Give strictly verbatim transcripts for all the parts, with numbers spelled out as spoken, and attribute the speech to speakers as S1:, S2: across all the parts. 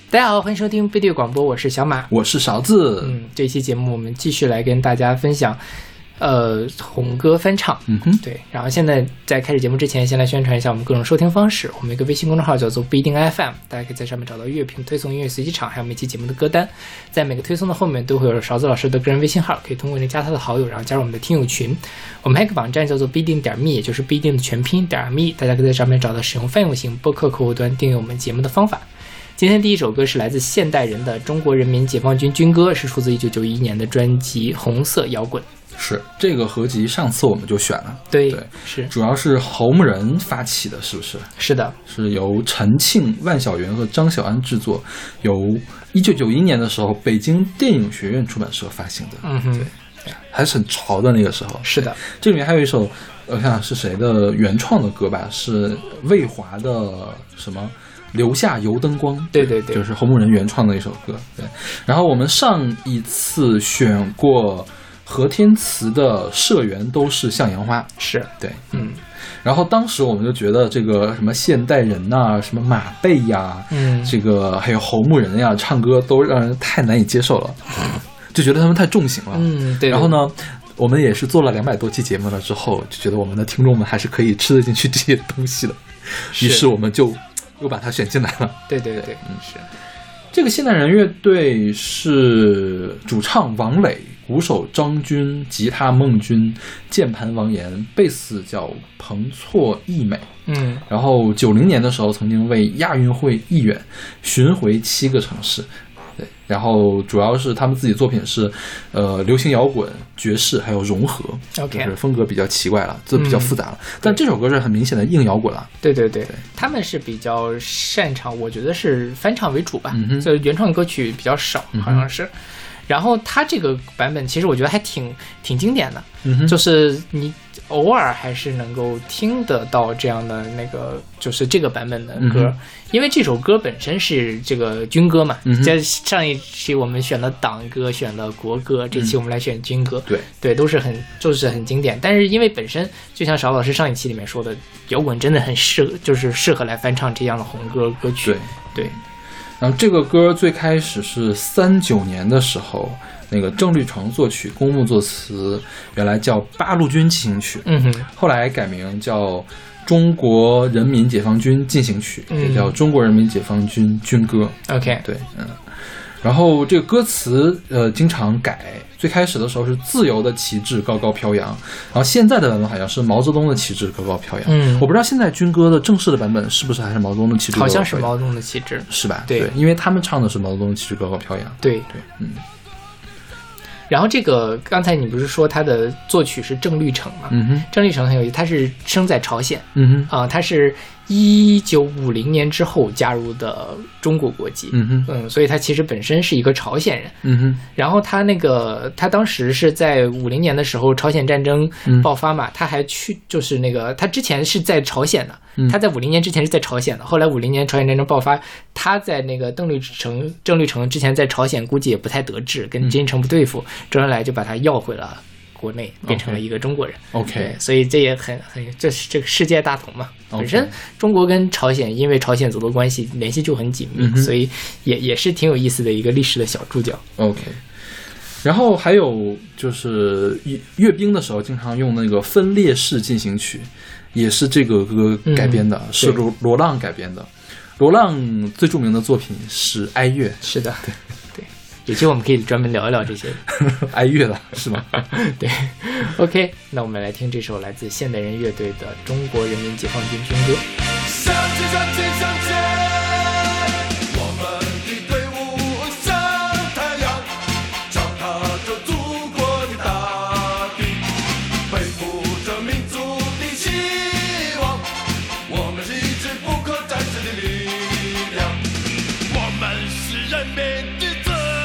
S1: 大家好，欢迎收听背对广播，我是小马，
S2: 我是勺子。
S1: 嗯，这期节目我们继续来跟大家分享，呃，红歌翻唱。
S2: 嗯哼，
S1: 对。然后现在在开始节目之前，先来宣传一下我们各种收听方式。我们有一个微信公众号叫做不一定 F M， 大家可以在上面找到乐评推送、音乐随机场，还有每期节目的歌单。在每个推送的后面都会有勺子老师的个人微信号，可以通过那加他的好友，然后加入我们的听友群。我们还有一个网站叫做不一定点 me， 也就是不一定的全拼点 me， 大家可以在上面找到使用泛用型播客客户端订阅我们节目的方法。今天第一首歌是来自现代人的中国人民解放军军歌，是出自一九九一年的专辑《红色摇滚》。
S2: 是这个合集，上次我们就选了。
S1: 对，
S2: 对，
S1: 是
S2: 主要是侯木人发起的，是不是？
S1: 是的，
S2: 是由陈庆、万晓元和张小安制作，由一九九一年的时候北京电影学院出版社发行的。
S1: 嗯哼，
S2: 对，还是很潮的那个时候。
S1: 是的，
S2: 这里面还有一首，我看是谁的原创的歌吧？是魏华的什么？留下油灯光，
S1: 对对对，
S2: 就是侯木人原创的一首歌。对，然后我们上一次选过何天慈的社员都是向阳花，
S1: 是
S2: 对，嗯，然后当时我们就觉得这个什么现代人呐、啊，什么马贝呀，
S1: 嗯，
S2: 这个还有侯木人呀，唱歌都让人太难以接受了，就觉得他们太重型了，
S1: 嗯，对。
S2: 然后呢，我们也是做了两百多期节目了之后，就觉得我们的听众们还是可以吃得进去这些东西的，于是我们就又把它选进来了。
S1: 对对对，
S2: 嗯，是。这个现代人乐队是主唱王磊，鼓手张军，吉他孟军，键盘王岩，贝斯叫彭错义美。
S1: 嗯，
S2: 然后九零年的时候曾经为亚运会义演，巡回七个城市。对，然后主要是他们自己作品是，呃，流行摇滚、爵士还有融合，
S1: OK，
S2: 就是风格比较奇怪了，这比较复杂了。嗯、但这首歌是很明显的硬摇滚了。
S1: 对对对，对他们是比较擅长，我觉得是翻唱为主吧，
S2: 嗯、
S1: 所以原创歌曲比较少，好像是。嗯，然后他这个版本其实我觉得还挺挺经典的，
S2: 嗯、就是
S1: 你偶尔还是能够听得到这样的那个，就是这个版本的歌，
S2: 嗯、
S1: 因为这首歌本身是这个军歌嘛。
S2: 嗯、
S1: 在上一期我们选了党歌，选了国歌，这期我们来选军歌，
S2: 嗯、对
S1: 对，都是很就是很经典。但是因为本身就像邵老师上一期里面说的，摇滚真的很适合，就是适合来翻唱这样的红歌歌曲，
S2: 对
S1: 对。
S2: 然后这个歌最开始是三九年的时候，那个郑律成作曲，公木作词，原来叫《八路军进行曲》，
S1: 嗯哼，
S2: 后来改名叫《中国人民解放军进行曲》，
S1: 嗯、
S2: 也叫《中国人民解放军军歌》。
S1: OK，
S2: 对，嗯。然后这个歌词呃经常改，最开始的时候是自由的旗帜高高飘扬，然后现在的版本好像是毛泽东的旗帜高高飘扬。
S1: 嗯，
S2: 我不知道现在军歌的正式的版本是不是还是毛泽东的旗帜高高飘扬？
S1: 好像是毛泽东的旗帜，
S2: 是吧？
S1: 对，
S2: 对，因为他们唱的是毛泽东的旗帜高高飘扬。
S1: 对
S2: 对，嗯。
S1: 然后这个刚才你不是说他的作曲是郑律成吗？
S2: 嗯哼，
S1: 郑律成很有意思，他是生在朝鲜，
S2: 嗯哼，
S1: 啊、呃，他是一九五零年之后加入的中国国籍，
S2: 嗯哼，
S1: 嗯，所以他其实本身是一个朝鲜人，
S2: 嗯哼。
S1: 然后他那个他当时是在五零年的时候，朝鲜战争爆发嘛，嗯、他还去就是那个他之前是在朝鲜的，
S2: 嗯、
S1: 他在五零年之前是在朝鲜的，后来五零年朝鲜战争爆发，他在那个邓律成郑律成之前在朝鲜估计也不太得志，跟金日成不对付，周恩来就把他要回了国内，变成了一个中国人。
S2: OK，
S1: 所以这也很很，这是这个世界大同嘛。
S2: Okay.
S1: 本身中国跟朝鲜因为朝鲜族的关系联系就很紧密，
S2: 嗯、
S1: 所以也也是挺有意思的一个历史的小注脚。
S2: OK， 然后还有就是阅兵的时候经常用那个分列式进行曲，也是这个歌改编的，嗯、是罗罗浪改编的。罗浪最著名的作品是《哀乐》，
S1: 是的，对对。有机会我们可以专门聊一聊这些
S2: 哀乐了，是吗？
S1: 对 ，OK， 那我们来听这首来自现代人乐队的《中国人民解放军军歌》。
S3: 向前，向前，向前，我们的队伍像太阳，脚踏着祖国的大地，背负着民族的希望，我们是一支不可战胜的力量，我们是人民的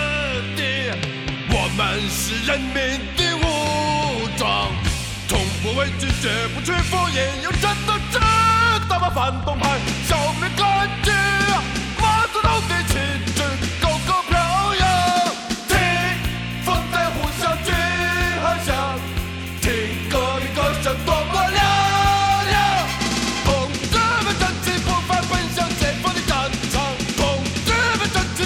S3: 我们是人民的武装，从不畏惧，绝不屈服，也有战斗志，打败反动派，消灭感觉，毛泽东的旗帜高高飘扬。听风在呼啸，军航响，听歌的歌声多么嘹亮。同志们站起步伐，奔向前方的战场，同志们站起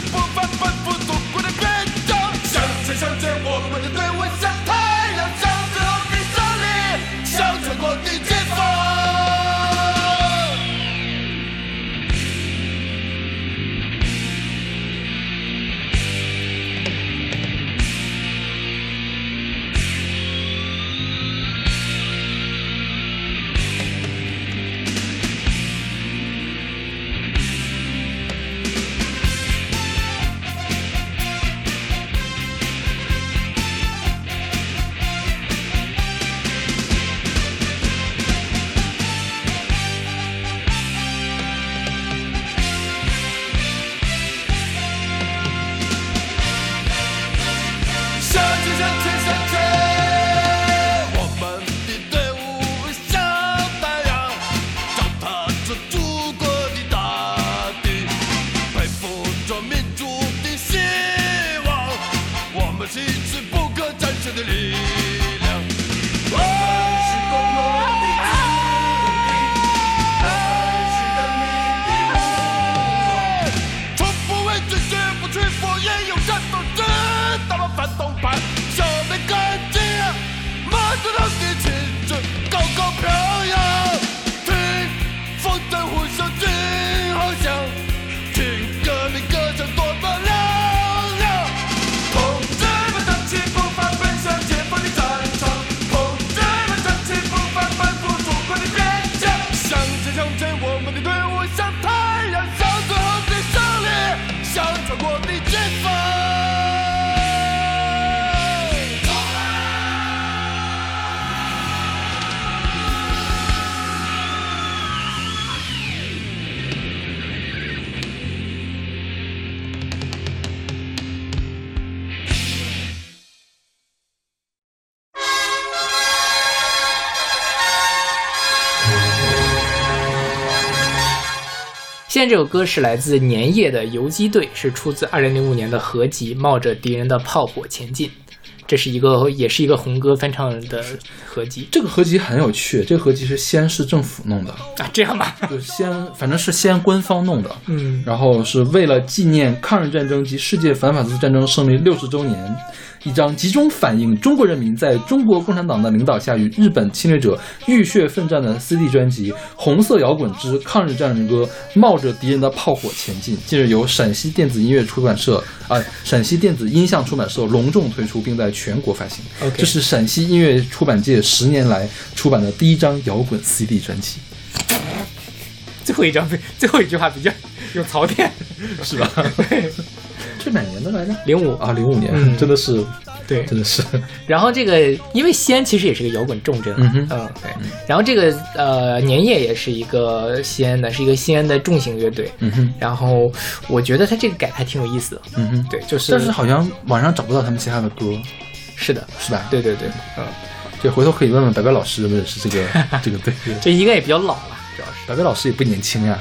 S1: 面这首歌是来自年夜的游击队，是出自二零零五年的合集《冒着敌人的炮火前进》。这是一个，也是一个红歌翻唱的合集。
S2: 这个合集很有趣，这个合集是西安市政府弄的
S1: 啊，这样吧，
S2: 就西安，反正是西安官方弄的。
S1: 嗯，
S2: 然后是为了纪念抗日战争及世界反法西斯战争胜利六十周年，一张集中反映中国人民在中国共产党的领导下与日本侵略者浴血奋战的 C D 专辑《红色摇滚之抗日战争歌：冒着敌人的炮火前进》，近日由陕西电子音乐出版社啊、呃，陕西电子音像出版社隆重推出，并在全国发行。
S1: Okay.
S2: 这是陕西音乐出版界十年来出版的第一张摇滚 C D 专辑。
S1: 最后一张，最后一句话比较有槽点，
S2: 是吧？对。是哪年的来着？
S1: 零五
S2: 啊，零五年、
S1: 嗯，
S2: 真的是，
S1: 对，
S2: 真的是。
S1: 然后这个，因为西安其实也是个摇滚重镇，
S2: 嗯哼，
S1: 嗯，对。然后这个呃，年夜也是一个西安的，是一个西安的重型乐队，
S2: 嗯哼。
S1: 然后我觉得他这个改还挺有意思的，
S2: 嗯哼，
S1: 对，就是，
S2: 但是好像网上找不到他们其他的歌。
S1: 是的，
S2: 是吧？
S1: 对对对，嗯，
S2: 这回头可以问问白白老师认不认识这个这个队。
S1: 这应该也比较老了，主要是
S2: 白白老师也不年轻呀。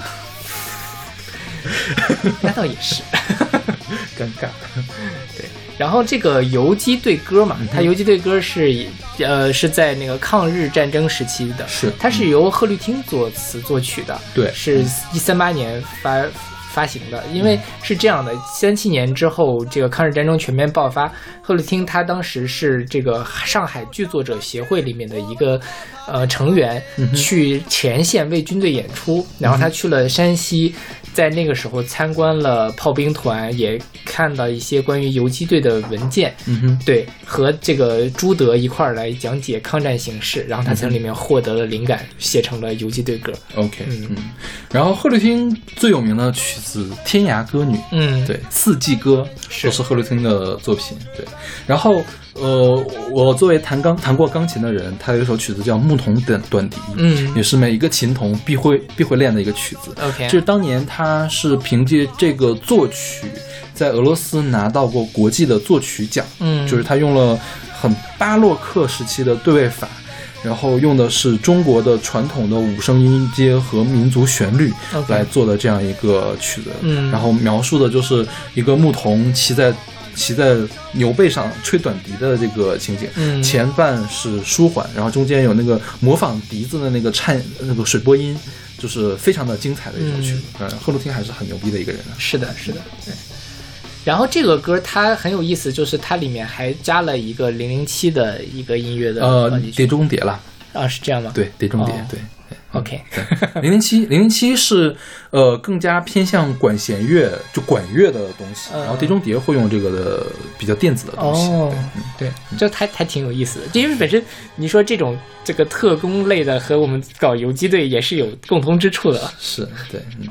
S1: 那倒也是。
S2: 尴尬。
S1: 对，然后这个游击队歌嘛，它游击队歌是呃是在那个抗日战争时期的，
S2: 是
S1: 它是由贺绿汀作词作曲的，
S2: 对，
S1: 是一三八年发发行的。因为是这样的，三七年之后，这个抗日战争全面爆发，贺绿汀他当时是这个上海剧作者协会里面的一个呃成员，去前线为军队演出，然后他去了山西。在那个时候参观了炮兵团，也看到一些关于游击队的文件，
S2: 嗯哼，
S1: 对，和这个朱德一块儿来讲解抗战形势，然后他从里面获得了灵感，写成了游击队歌。
S2: OK，
S1: 嗯嗯，
S2: 然后贺绿汀最有名的曲子《天涯歌女》，
S1: 嗯，
S2: 对，《四季歌》都是贺绿汀的作品，对，然后。呃，我作为弹钢弹过钢琴的人，他有一首曲子叫《牧童短短笛》，
S1: 嗯，
S2: 也是每一个琴童必会必会练的一个曲子。
S1: OK，
S2: 就是当年他是凭借这个作曲，在俄罗斯拿到过国际的作曲奖。
S1: 嗯，
S2: 就是他用了很巴洛克时期的对位法，然后用的是中国的传统的五声音阶和民族旋律来做的这样一个曲子。
S1: 嗯，
S2: 然后描述的就是一个牧童骑在。骑在牛背上吹短笛的这个情景，
S1: 嗯，
S2: 前半是舒缓，然后中间有那个模仿笛子的那个颤那个水波音，就是非常的精彩的一首曲子。嗯，贺绿汀还是很牛逼的一个人啊。
S1: 是的，是的，对。然后这个歌它很有意思，就是它里面还加了一个零零七的一个音乐的
S2: 呃碟中谍了
S1: 啊，是这样吗？
S2: 对，碟中谍，
S1: 哦、
S2: 对。
S1: OK，
S2: 零零七零零七是呃更加偏向管弦乐，就管乐的东西，
S1: 嗯、
S2: 然后碟中谍会用这个的比较电子的东西。
S1: 哦，对，嗯、这还还挺有意思的，因为本身你说这种这个特工类的和我们搞游击队也是有共同之处的。
S2: 是，对，嗯。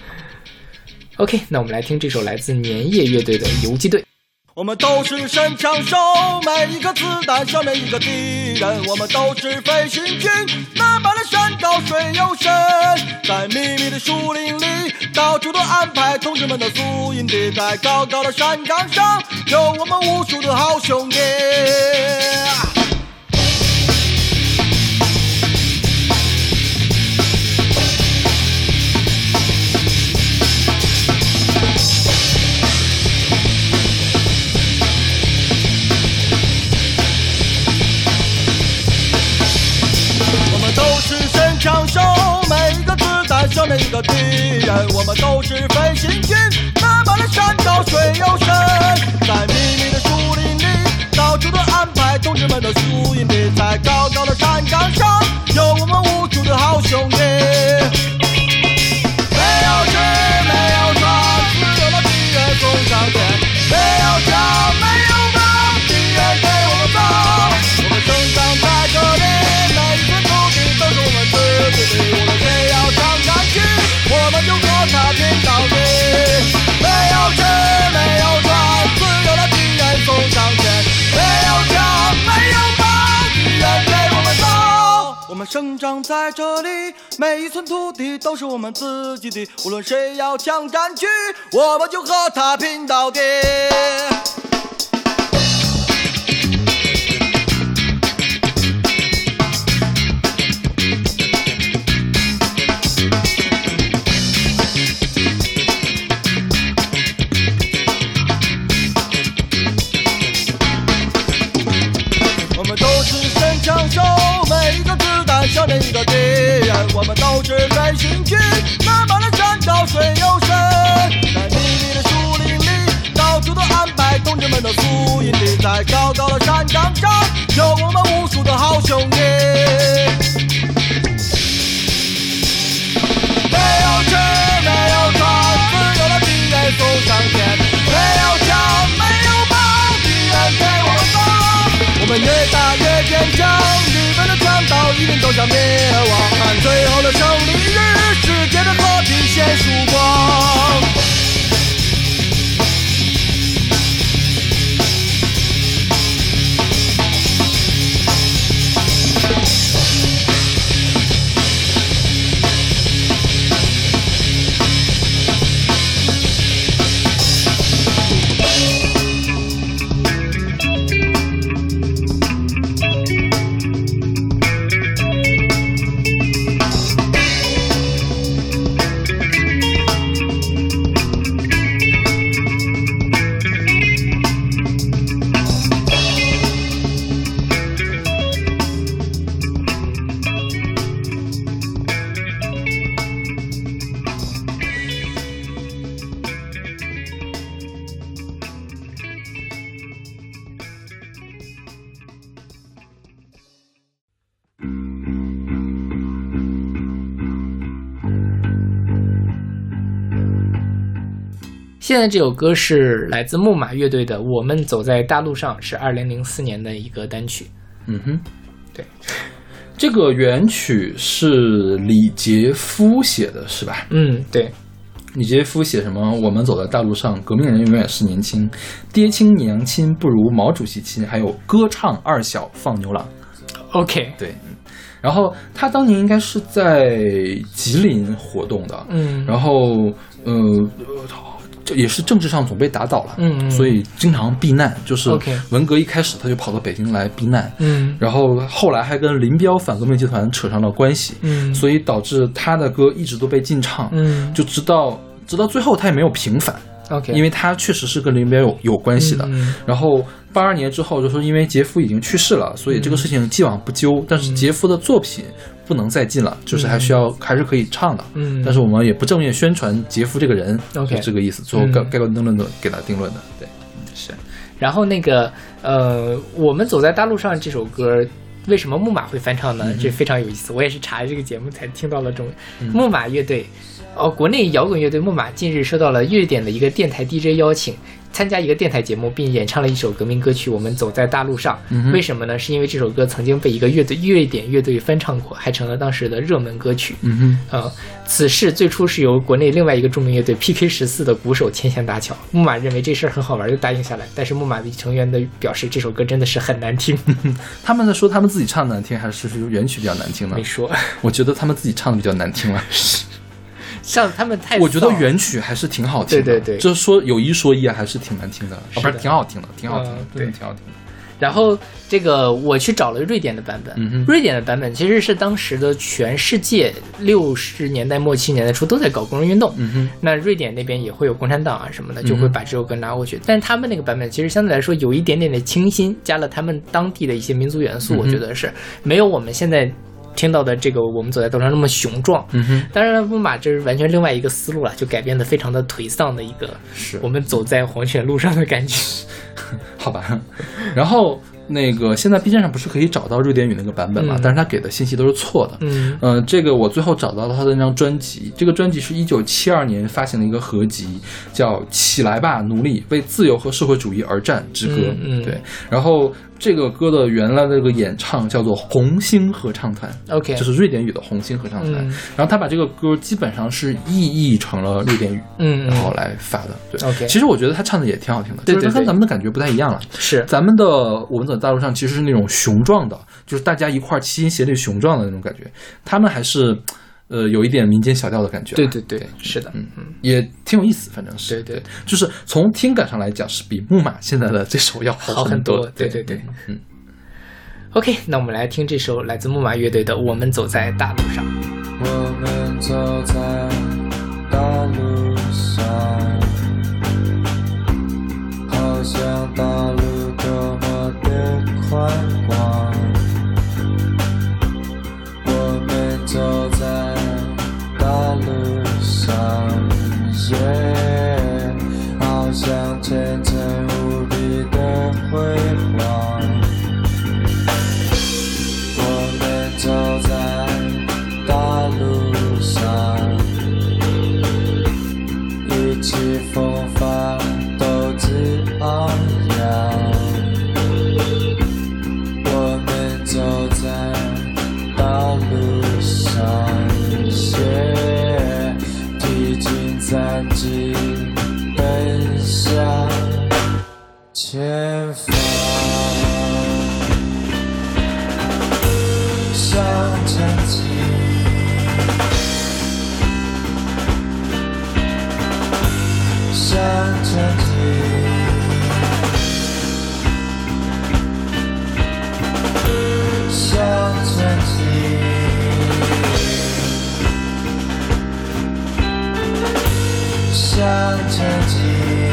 S1: OK， 那我们来听这首来自年夜乐队的《游击队》。
S3: 我们都是神枪手，每一颗子弹消灭一个敌人。我们都是飞行军，哪怕那山高水又深，在秘密的树林里，到处都安排同志们的宿营地。在高高的山岗上，有我们无数的好兄弟。枪手，每一个子弹消灭一个敌人。我们都是飞行军，哪怕那山高水又深，在秘密的树林里，到处都安排同志们的宿营地。在高高的山岗上，有我们无数的好兄弟。没有吃，没有穿，只有那敌人送上前。没有枪，没有棒，敌人给我们走。我们生长在这里，每一寸土地都是我们自己的。无论谁要上战区，我们就和他拼到底。没有吃，没有穿，只有那敌人送上前。没有枪，没有棒，敌人给我们走。我们生长在这里，每一寸土地都是我们自己的。无论谁要抢占据，我们就和他拼到底。 少年一个敌人，我们都是飞行军，南方的山高水又深，在密密的树林里，到处都安排同志们的宿营地，在高高的山岗上，有我们无数的好兄弟。没有车，没有船，自由的敌人送上天，没有枪，没有炮，敌人对我们放，我们越打越坚强，日本的强盗一定走向灭亡，看最后的胜利日，世界的和平现曙光。
S1: 现在这首歌是来自木马乐队的《我们走在大路上》，是二零零四年的一个单曲。
S2: 嗯哼，
S1: 对，
S2: 这个原曲是李杰夫写的，是吧？
S1: 嗯，对。
S2: 李杰夫写什么？我们走在大路上，革命人永远是年轻，爹亲娘亲不如毛主席亲，还有歌唱二小放牛郎。
S1: OK，
S2: 对。然后他当年应该是在吉林活动的，
S1: 嗯，
S2: 然后呃。也是政治上总被打倒了，
S1: 嗯，嗯，
S2: 所以经常避难。就是
S1: ，okay，
S2: 文革一开始他就跑到北京来避难，
S1: 嗯，
S2: 然后后来还跟林彪反革命集团扯上了关系，
S1: 嗯，
S2: 所以导致他的歌一直都被禁唱，
S1: 嗯，
S2: 就直到直到最后他也没有平反。
S1: OK，
S2: 因为他确实是跟林彪有有关系的。
S1: 嗯，
S2: 然后八二年之后就说，因为杰夫已经去世了，所以这个事情既往不咎。嗯，但是杰夫的作品不能再禁了，嗯，就是还需要还是可以唱的。
S1: 嗯，
S2: 但是我们也不正面宣传杰夫这个人。
S1: OK，
S2: 就这个意思。最后盖盖棺定论的给他定论的。对，
S1: 是。然后那个呃，我们走在大路上这首歌。为什么木马会翻唱呢？
S2: 嗯，
S1: 这非常有意思，我也是查这个节目才听到了这种，嗯，木马乐队。哦，国内摇滚乐队木马近日收到了瑞典的一个电台 D J 邀请，参加一个电台节目，并演唱了一首革命歌曲《我们走在大路上》。
S2: 嗯，
S1: 为什么呢？是因为这首歌曾经被一个乐队瑞典乐队翻唱过，还成了当时的热门歌曲。
S2: 嗯
S1: 哼，呃，此事最初是由国内另外一个著名乐队 P K 十四的鼓手牵线搭桥。木马认为这事儿很好玩，就答应下来。但是木马的成员的表示，这首歌真的是很难听。
S2: 他们在说他们自己唱的难听，还是说原曲比较难听呢？
S1: 没说，
S2: 我觉得他们自己唱的比较难听了。
S1: 像他们太，
S2: 我觉得原曲还是挺好听的，
S1: 对对对，
S2: 就是说有一说一啊，还是挺难听的，
S1: 是的，
S2: 哦，不是挺好听的，挺好听的，
S1: 嗯，对，
S2: 挺好听的。
S1: 然后这个我去找了瑞典的版本，
S2: 嗯，
S1: 瑞典的版本其实是当时的全世界六十年代末七十年代初都在搞工人运动，
S2: 嗯，
S1: 那瑞典那边也会有共产党啊什么的，就会把这首歌拿过去，嗯，但是他们那个版本其实相对来说有一点点的清新，加了他们当地的一些民族元素，嗯，我觉得是没有我们现在听到的这个我们走在路上那么雄壮。
S2: 嗯哼，
S1: 当然了，木马这是完全另外一个思路了，就改编的非常的颓丧的一个，
S2: 是
S1: 我们走在黄泉路上的感觉。
S2: 好吧，然后那个现在 B 站上不是可以找到瑞典语那个版本嘛？嗯，但是他给的信息都是错的。
S1: 嗯，
S2: 呃，这个我最后找到了他的那张专辑，这个专辑是一九七二年发行的一个合集，叫《起来吧，奴隶，为自由和社会主义而战之歌》。
S1: 嗯，嗯，
S2: 对，然后。这个歌的原来的这个演唱叫做红星合唱团
S1: ，OK，
S2: 就是瑞典语的红星合唱团。嗯，然后他把这个歌基本上是意译成了瑞典语，
S1: 嗯，
S2: 然后来发的。对
S1: ，OK，
S2: 其实我觉得他唱的也挺好听的，
S1: 对对对，
S2: 就是跟咱们的感觉不太一样了。
S1: 是
S2: 咱们的我们走在大路上其实是那种雄壮的，就是大家一块齐心协力雄壮的那种感觉，他们还是。呃，有一点民间小调的感觉。
S1: 对对对，是的，
S2: 嗯嗯，也挺有意思，反正是。
S1: 对对，
S2: 就是从听感上来讲，是比木马现在的这首要
S1: 好
S2: 很
S1: 多。
S2: 对
S1: 对对，
S2: 嗯。
S1: OK， 那我们来听这首来自木马乐队的《我们走在大路上》。
S4: 我们走在大路上，好像大路多么的宽广。我路上，也披荆斩棘奔向前方，向前进，向前进。向前进，向前进，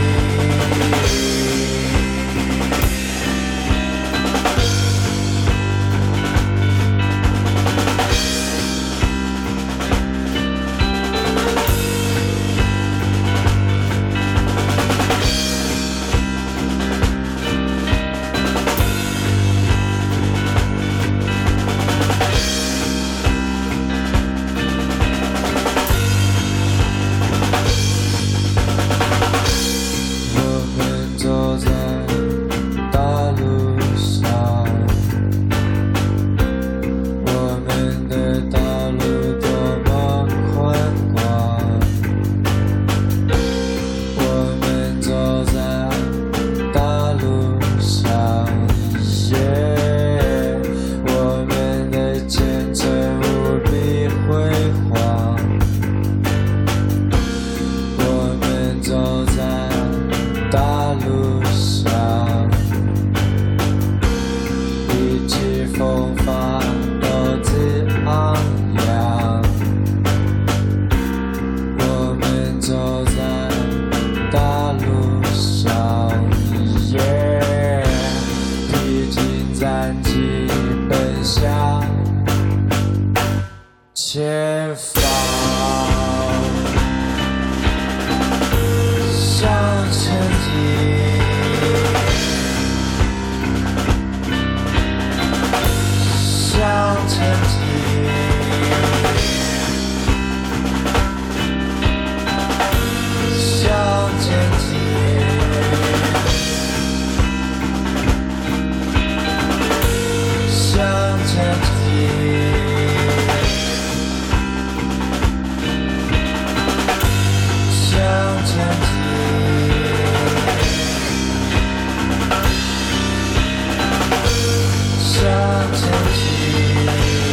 S4: 前方，向前进，向前进，向前进，向前进。向前进，向前进。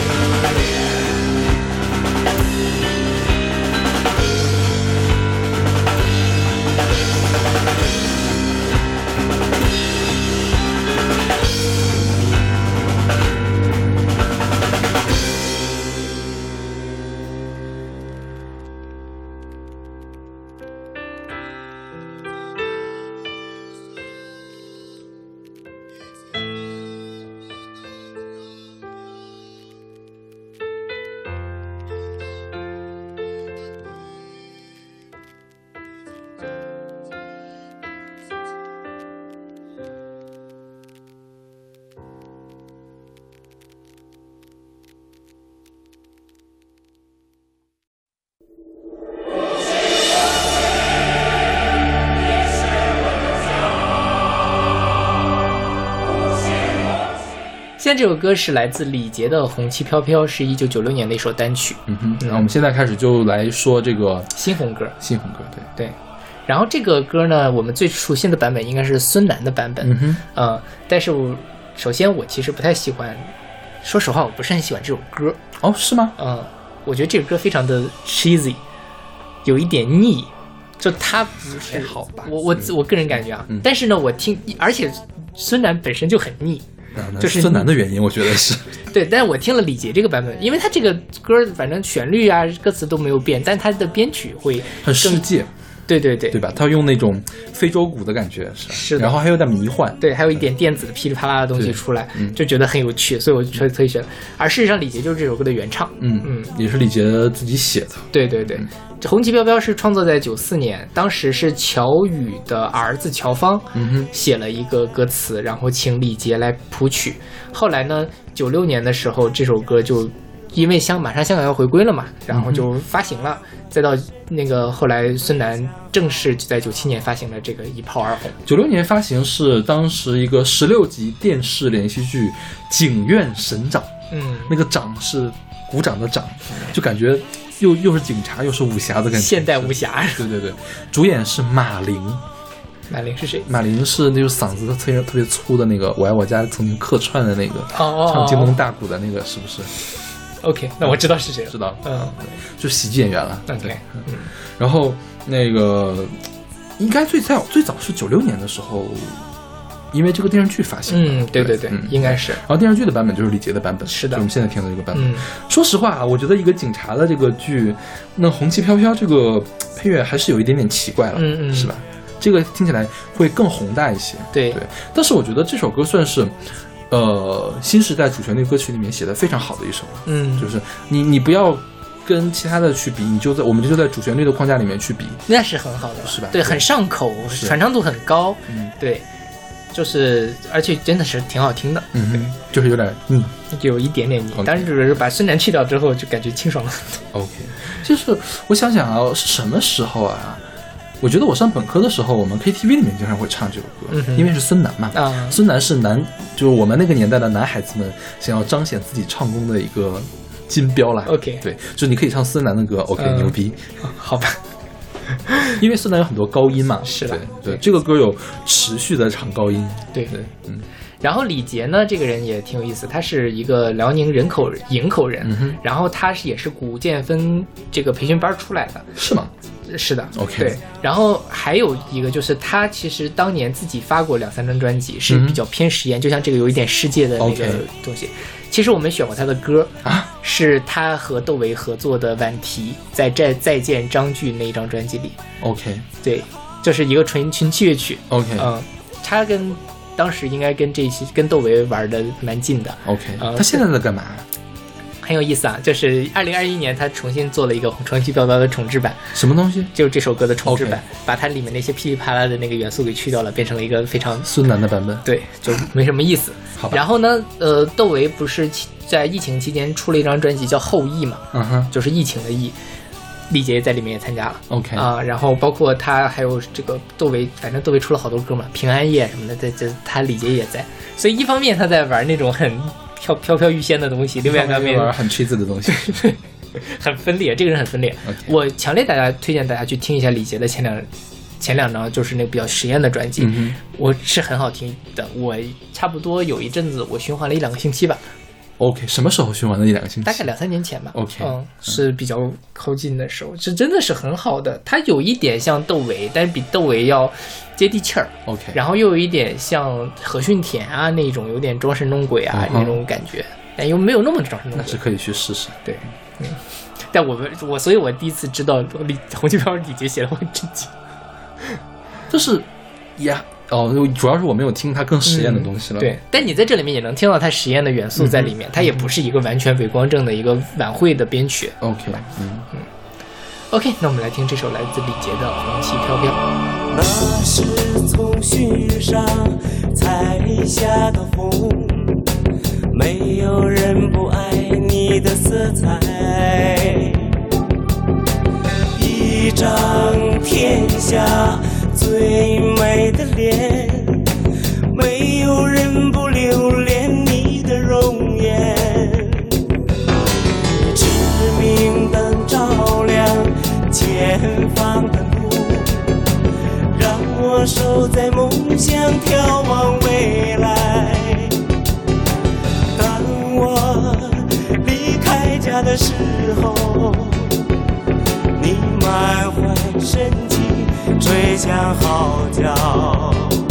S1: 现在这首歌是来自李杰的《红旗飘飘》，是一九九六年的一首单曲。
S2: 嗯哼，那我们现在开始就来说这个
S1: 新红歌。
S2: 新红歌，对
S1: 对。然后这个歌呢，我们最熟悉的版本应该是孙楠的版本。
S2: 嗯哼，
S1: 呃，但是我首先我其实不太喜欢，说实话，我不是很喜欢这首歌。
S2: 哦，是吗？
S1: 嗯、呃，我觉得这个歌非常的 cheesy， 有一点腻。就它不是
S2: 好吧？
S1: 我我我个人感觉啊，嗯、但是呢，我听，而且孙楠本身就很腻。就是
S2: 孙楠的原因，我觉得是
S1: 对，但是我听了李杰这个版本，因为他这个歌反正旋律啊、歌词都没有变，但他的编曲会
S2: 很世界，
S1: 对对对，
S2: 对吧？他用那种非洲鼓的感觉，是
S1: 是的，
S2: 然后还有点迷幻，
S1: 对，还有一点电子的噼里啪啦的东西出来，
S2: 嗯、
S1: 就觉得很有趣，所以我特特意选。而事实上，李杰就是这首歌的原唱，
S2: 嗯嗯，也是李杰自己写的，
S1: 对对对。嗯《红旗飘飘》是创作在九四年，当时是乔羽的儿子乔芳写了一个歌词，然后请李杰来谱曲。后来呢，九六年的时候，这首歌就因为香马上香港要回归了嘛，然后就发行了。嗯、再到那个后来，孙楠正式就在九七年发行了这个一炮而红。
S2: 九六年发行是当时一个十六集电视连续剧《警院神长》。
S1: 嗯，
S2: 那个掌是鼓掌的掌，就感觉又又是警察又是武侠的感觉，
S1: 现代武侠。
S2: 对对对，主演是马玲。
S1: 马玲是谁？
S2: 马玲是那种嗓子特别特别粗的那个，我爱我家曾经客串的那个，
S1: 哦
S2: 唱京东大鼓的那个，是不是
S1: ？OK， 那我知道是谁了。
S2: 知道，
S1: 嗯，
S2: 就喜剧演员了。
S1: OK，
S2: 嗯，然后那个应该最早最早是九六年的时候，因为这个电视剧发行。
S1: 嗯，对对对，
S2: 嗯，
S1: 应该是。
S2: 然后电视剧的版本就是李杰的版本，
S1: 是的，
S2: 就我们现在听的这个版本。
S1: 嗯，
S2: 说实话啊，我觉得一个警察的这个剧，那红旗飘飘这个配乐还是有一点点奇怪了，
S1: 嗯嗯，
S2: 是吧？这个听起来会更宏大一些，
S1: 对
S2: 对。但是我觉得这首歌算是，呃，新时代主旋律歌曲里面写的非常好的一首，
S1: 嗯，
S2: 就是你你不要跟其他的去比，你就在我们就在主旋律的框架里面去比，
S1: 那是很好的，
S2: 是吧？
S1: 对，很上口，传唱度很高，
S2: 嗯，
S1: 对，就是而且真的是挺好听的，
S2: 嗯哼，就是有点腻，
S1: 有一点点腻，
S2: okay.
S1: 但是就是把孙楠去掉之后，就感觉清爽了。
S2: OK， 就是我想想啊，是什么时候啊？我觉得我上本科的时候，我们 K T V 里面经常会唱这首歌，
S1: 嗯、
S2: 因为是孙楠嘛。
S1: 啊，
S2: 孙楠是男，就是我们那个年代的男孩子们想要彰显自己唱功的一个金标啦。
S1: OK，
S2: 对，就你可以唱孙楠的歌 ，OK，、嗯、牛逼。
S1: 好吧，
S2: 因为孙楠有很多高音嘛。
S1: 是的，
S2: 对对，这个歌有持续的唱高音。
S1: 对
S2: 对，嗯。
S1: 然后李杰呢，这个人也挺有意思，他是一个辽宁人口营口人，
S2: 嗯、
S1: 然后他是也是古建分这个培训班出来的。
S2: 是吗？
S1: 是的
S2: ，OK。
S1: 对，然后还有一个就是他其实当年自己发过两三张专辑，是比较偏实验，嗯、就像这个有一点世界的那个东西。Okay. 其实我们选过他的歌
S2: 啊，
S1: 是他和窦唯合作的《晚题》在《再再见张炬》那一张专辑里。
S2: OK，
S1: 对，就是一个纯纯器乐曲。
S2: OK，
S1: 嗯，他跟当时应该跟这些跟窦唯玩的蛮近的。
S2: OK，
S1: 嗯，
S2: 他现在在干嘛？
S1: 很有意思啊，就是二零二一年他重新做了一个红旗飘飘的重制版。
S2: 什么东西？
S1: 就是这首歌的重制版，
S2: okay.
S1: 把它里面那些噼里啪啦的那个元素给去掉了，变成了一个非常
S2: 孙楠的版本。
S1: 对，就没什么意思。
S2: 好吧。
S1: 然后呢，呃，窦唯不是在疫情期间出了一张专辑叫《后疫》嘛，
S2: 嗯哼，
S1: 就是疫情的疫。李杰在里面也参加了
S2: ，OK
S1: 啊，然后包括他还有这个窦唯，反正窦唯出了好多歌嘛，平安夜什么的，在这他李杰也在，所以一方面他在玩那种很飘飘飘欲仙的东西，另外一方面
S2: 玩很 cheesy 的东西，
S1: 很分裂，这个人很分裂。
S2: Okay.
S1: 我强烈大家推荐大家去听一下李杰的前两前两张，就是那个比较实验的专辑，
S2: 嗯、
S1: 我是很好听的，我差不多有一阵子我循环了一两个星期吧。
S2: OK， 什么时候循环的一两个星期？
S1: 大概两三年前吧。
S2: OK，
S1: 嗯，是比较靠近的时候，这真的是很好的。它有一点像窦唯，但是比窦唯要接地气儿。
S2: OK，
S1: 然后又有一点像何训田啊那种有点装神弄鬼啊、uh-huh. 那种感觉，但又没有那么装神弄鬼。
S2: 那是可以去试试。
S1: 对，嗯。但我们我，所以我第一次知道李红旗飘飘李杰写的，我很震惊。
S2: 就是呀。哦，主要是我没有听他更实验的东西了、
S1: 嗯。对，但你在这里面也能听到他实验的元素在里面，嗯、它也不是一个完全伪光正的一个晚会的编曲。
S2: OK， 嗯
S1: 嗯 ，OK， 那我们来听这首来自李杰的《红旗飘飘》。
S5: 那是从雪上采下的红，没有人不爱你的色彩，一张天下最美的脸，没有人不留恋你的容颜。指明灯照亮前方的路，让我守在梦想眺望未来。当我离开家的时候，你满怀深情吹响号角，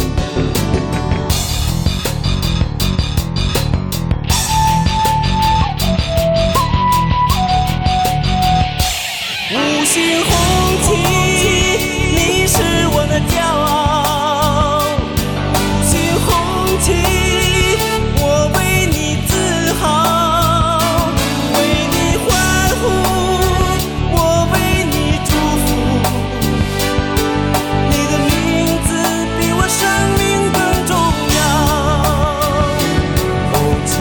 S5: 五星红旗，你是我的骄傲。五星红旗，我为你自豪，为你欢呼，我为你祝福。你的名字比我生命更重要。红旗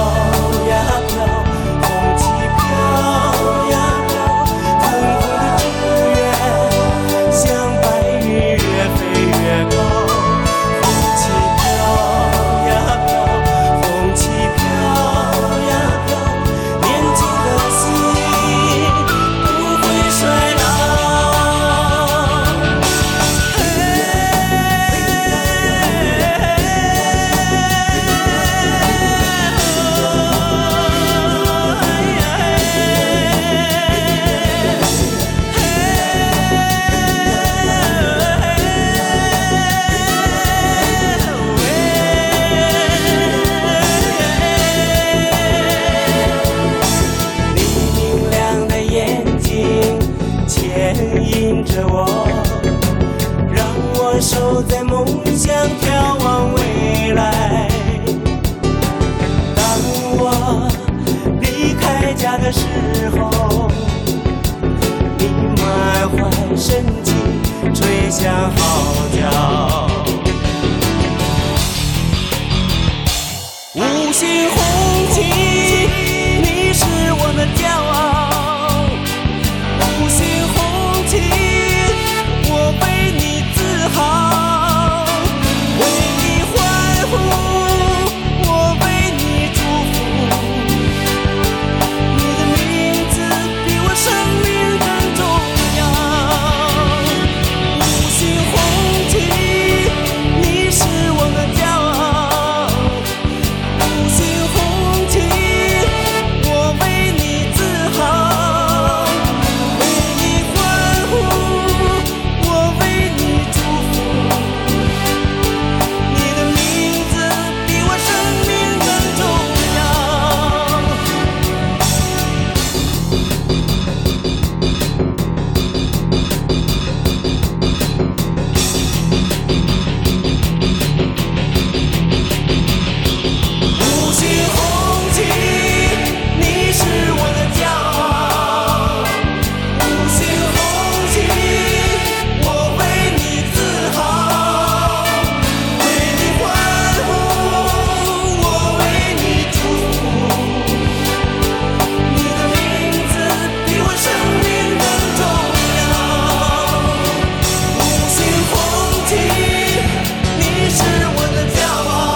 S5: 飘呀飘，红旗飘呀飘，腾空的回家的时候，你满怀深情吹响号角。五星红旗，你是我的骄傲。五星红旗，我为你自豪，为你欢呼，我为你祝福。你的名字比我生命更重要。五星红旗，你是我的骄傲。五星红旗，我为你自豪，为你欢呼，我为你祝福。你的名字比我生命更重要。五星红旗，你是我的骄傲。五星红旗，我为你自豪，为你欢呼，我为你祝福。你的名字比我生命更重要。五星红旗，你是我的骄傲。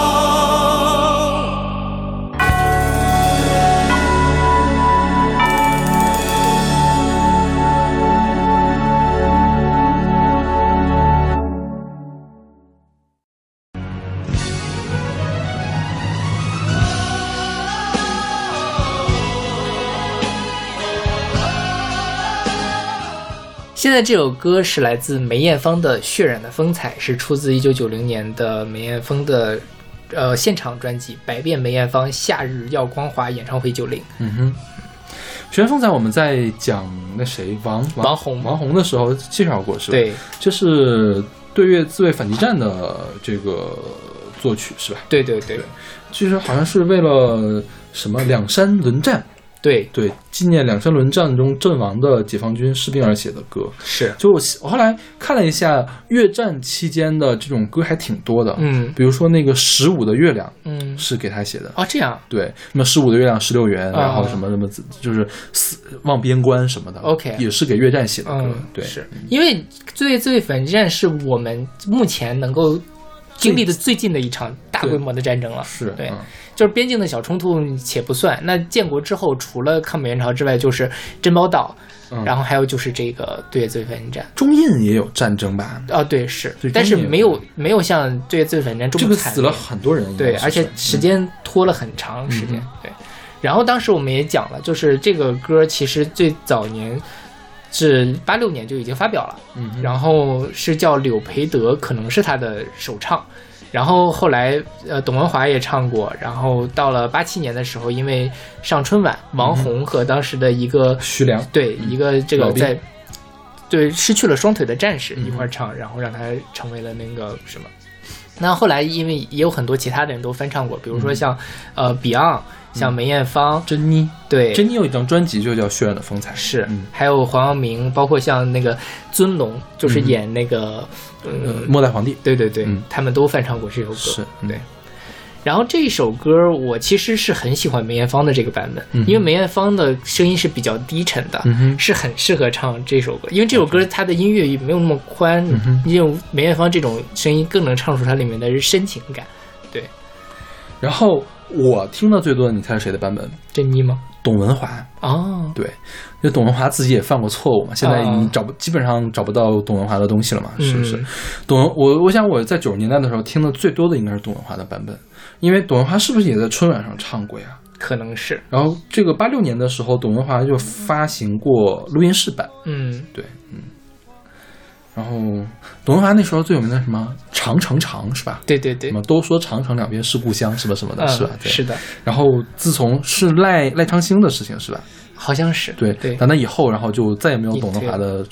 S1: 现在这首歌是来自梅艳芳的《血染的风采》，是出自一九九零年的梅艳芳的呃现场专辑《百变梅艳芳夏日耀光华演唱会九零》。
S2: 嗯哼，血染风采我们在讲那谁王
S1: 王红
S2: 王红的时候介绍过，是吧？
S1: 对，
S2: 就是对越自卫反击战的这个作曲是吧？
S1: 对对对
S2: 据说好像是为了什么两山轮战，
S1: 对，
S2: 对，纪念两山轮战中阵亡的解放军士兵而写的歌。
S1: 是，
S2: 就我我后来看了一下，越战期间的这种歌还挺多的。
S1: 嗯
S2: 比如说那个十五的月亮，
S1: 嗯，
S2: 是给他写的。
S1: 哦，这样
S2: 对，什么十五的月亮十六圆，
S1: 哦
S2: 然后什么什么，就是死望边关什么的。
S1: OK
S2: 也是给越战写的歌。
S1: 嗯，
S2: 对，
S1: 是因为自卫自卫反击战是我们目前能够经历的最近的一场大规模的战争了。
S2: 是，
S1: 对。
S2: 嗯
S1: 就是边境的小冲突且不算，那建国之后除了抗美援朝之外，就是珍宝岛，
S2: 嗯
S1: 然后还有就是这个对越自卫反击战。
S2: 中印也有战争吧？
S1: 啊，对，是
S2: 对，
S1: 但是
S2: 中印
S1: 没有没有像对越自卫反击战这么惨烈，
S2: 这个死了很多人，
S1: 对，
S2: 应该是
S1: 而且时间拖了很长时间，
S2: 嗯
S1: 对。然后当时我们也讲了，就是这个歌其实最早年是八六年就已经发表了，
S2: 嗯哼，
S1: 然后是叫柳培德，可能是他的首唱。然后后来，呃，董文华也唱过。然后到了八七年的时候，因为上春晚，王红和当时的一个
S2: 徐良，
S1: 对一个这个
S2: 老兵
S1: 在对失去了双腿的战士
S2: 嗯
S1: 一块儿唱，然后让他成为了那个什么。那后来因为也有很多其他的人都翻唱过，比如说像、呃 Beyond， 像梅艳芳、
S2: 珍妮，
S1: 对，
S2: 珍妮有一张专辑就叫《血染的风采》，
S1: 是，
S2: 嗯
S1: 还有黄耀明，包括像那个尊龙，就是演那个、
S2: 呃
S1: 嗯，
S2: 末代皇帝，
S1: 对对对、
S2: 嗯
S1: 他们都翻唱过这首歌，
S2: 是，嗯
S1: 对。然后这首歌我其实是很喜欢梅艳芳的这个版本，
S2: 嗯哼
S1: 因为梅艳芳的声音是比较低沉的，
S2: 嗯哼
S1: 是很适合唱这首歌。因为这首歌它的音乐也没有那么宽，
S2: 嗯哼
S1: 因为梅艳芳这种声音更能唱出它里面的深情感。对，
S2: 然后我听的最多的，你猜是谁的版本？
S1: 珍妮吗？
S2: 董文华。
S1: 哦，
S2: 对，就董文华自己也犯过错误嘛，现在你
S1: 哦
S2: 找不、基本上找不到董文华的东西了嘛，是不是？
S1: 嗯
S2: 董文我我想我在九十年代的时候听的最多的应该是董文华的版本，因为董文华是不是也在春晚上唱过呀？
S1: 可能是，
S2: 然后这个八六年的时候，董文华就发行过录音室版，
S1: 嗯，
S2: 对，嗯。然后董文华那时候最有名的什么长城长是吧？
S1: 对对对
S2: 什，么都说长城两边是故乡，什么什么的，
S1: 嗯
S2: 是吧？对
S1: 是的，
S2: 然后自从是赖赖昌星的事情是吧？
S1: 好像是，
S2: 对
S1: 对，
S2: 但那以后，然后就再也没有董文华的出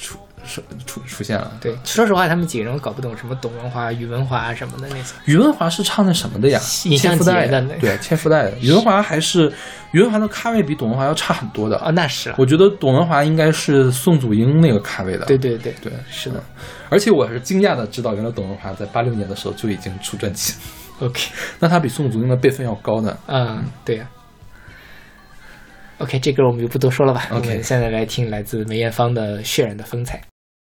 S2: 出出现了。
S1: 对，说实话，他们几个人我搞不懂什么董文华、于文华什么的那些。
S2: 于文华是唱那什么的呀？
S1: 印象节的那
S2: 对，切腹带的。于文华还是于文华的咖位比董文华要差很多的
S1: 啊、哦，那是、啊。
S2: 我觉得董文华应该是宋祖英那个咖位的。
S1: 对对对
S2: 对，
S1: 是的。
S2: 嗯、而且我是惊讶的知道，原来董文华在八六年的时候就已经出专辑。
S1: OK，
S2: 那他比宋祖英的辈分要高呢。
S1: 嗯，对呀、啊。OK， 这歌我们就不多说了吧。
S2: OK，
S1: 我们现在来听来自梅艳芳的《血染的风采》。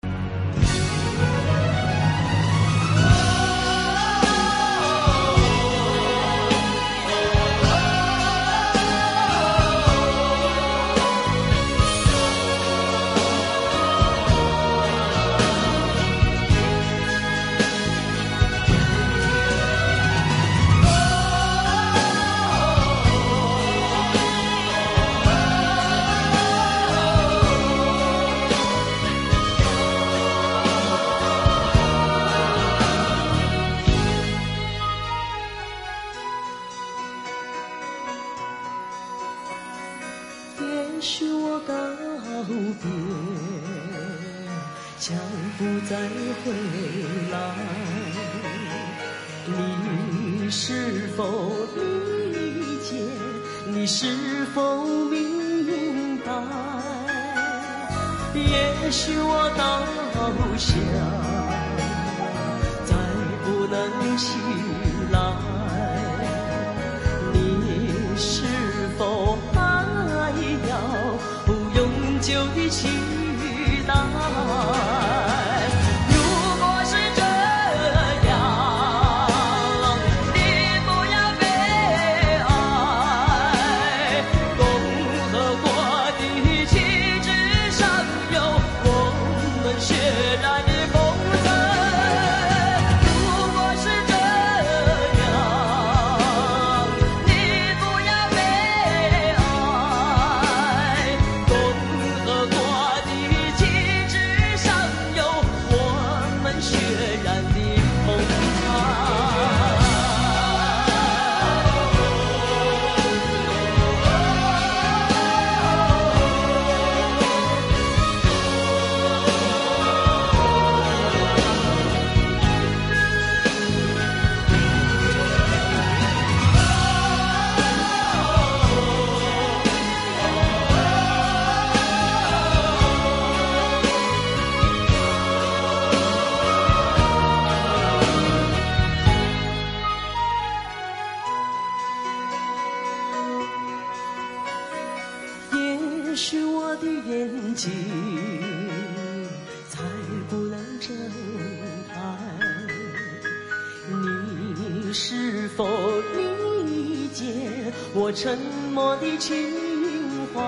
S5: 沉默的情怀，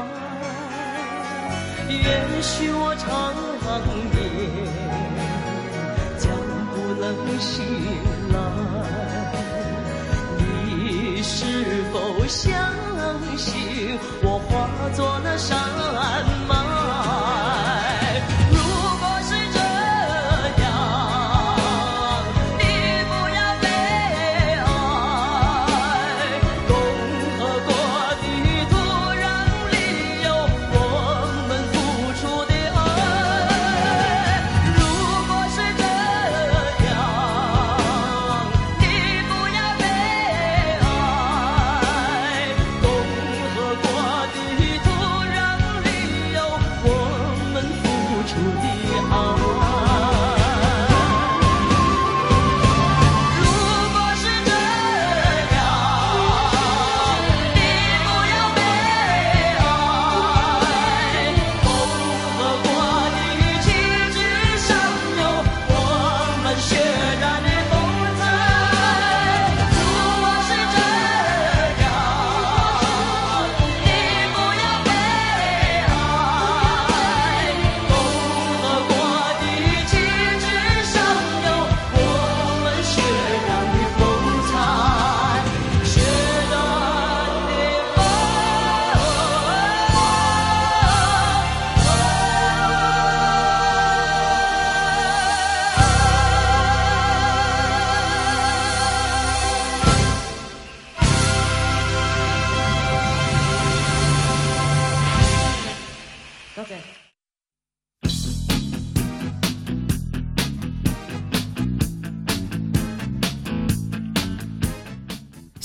S5: 也许我长眠将不能醒来，你是否相信我化作那山脉？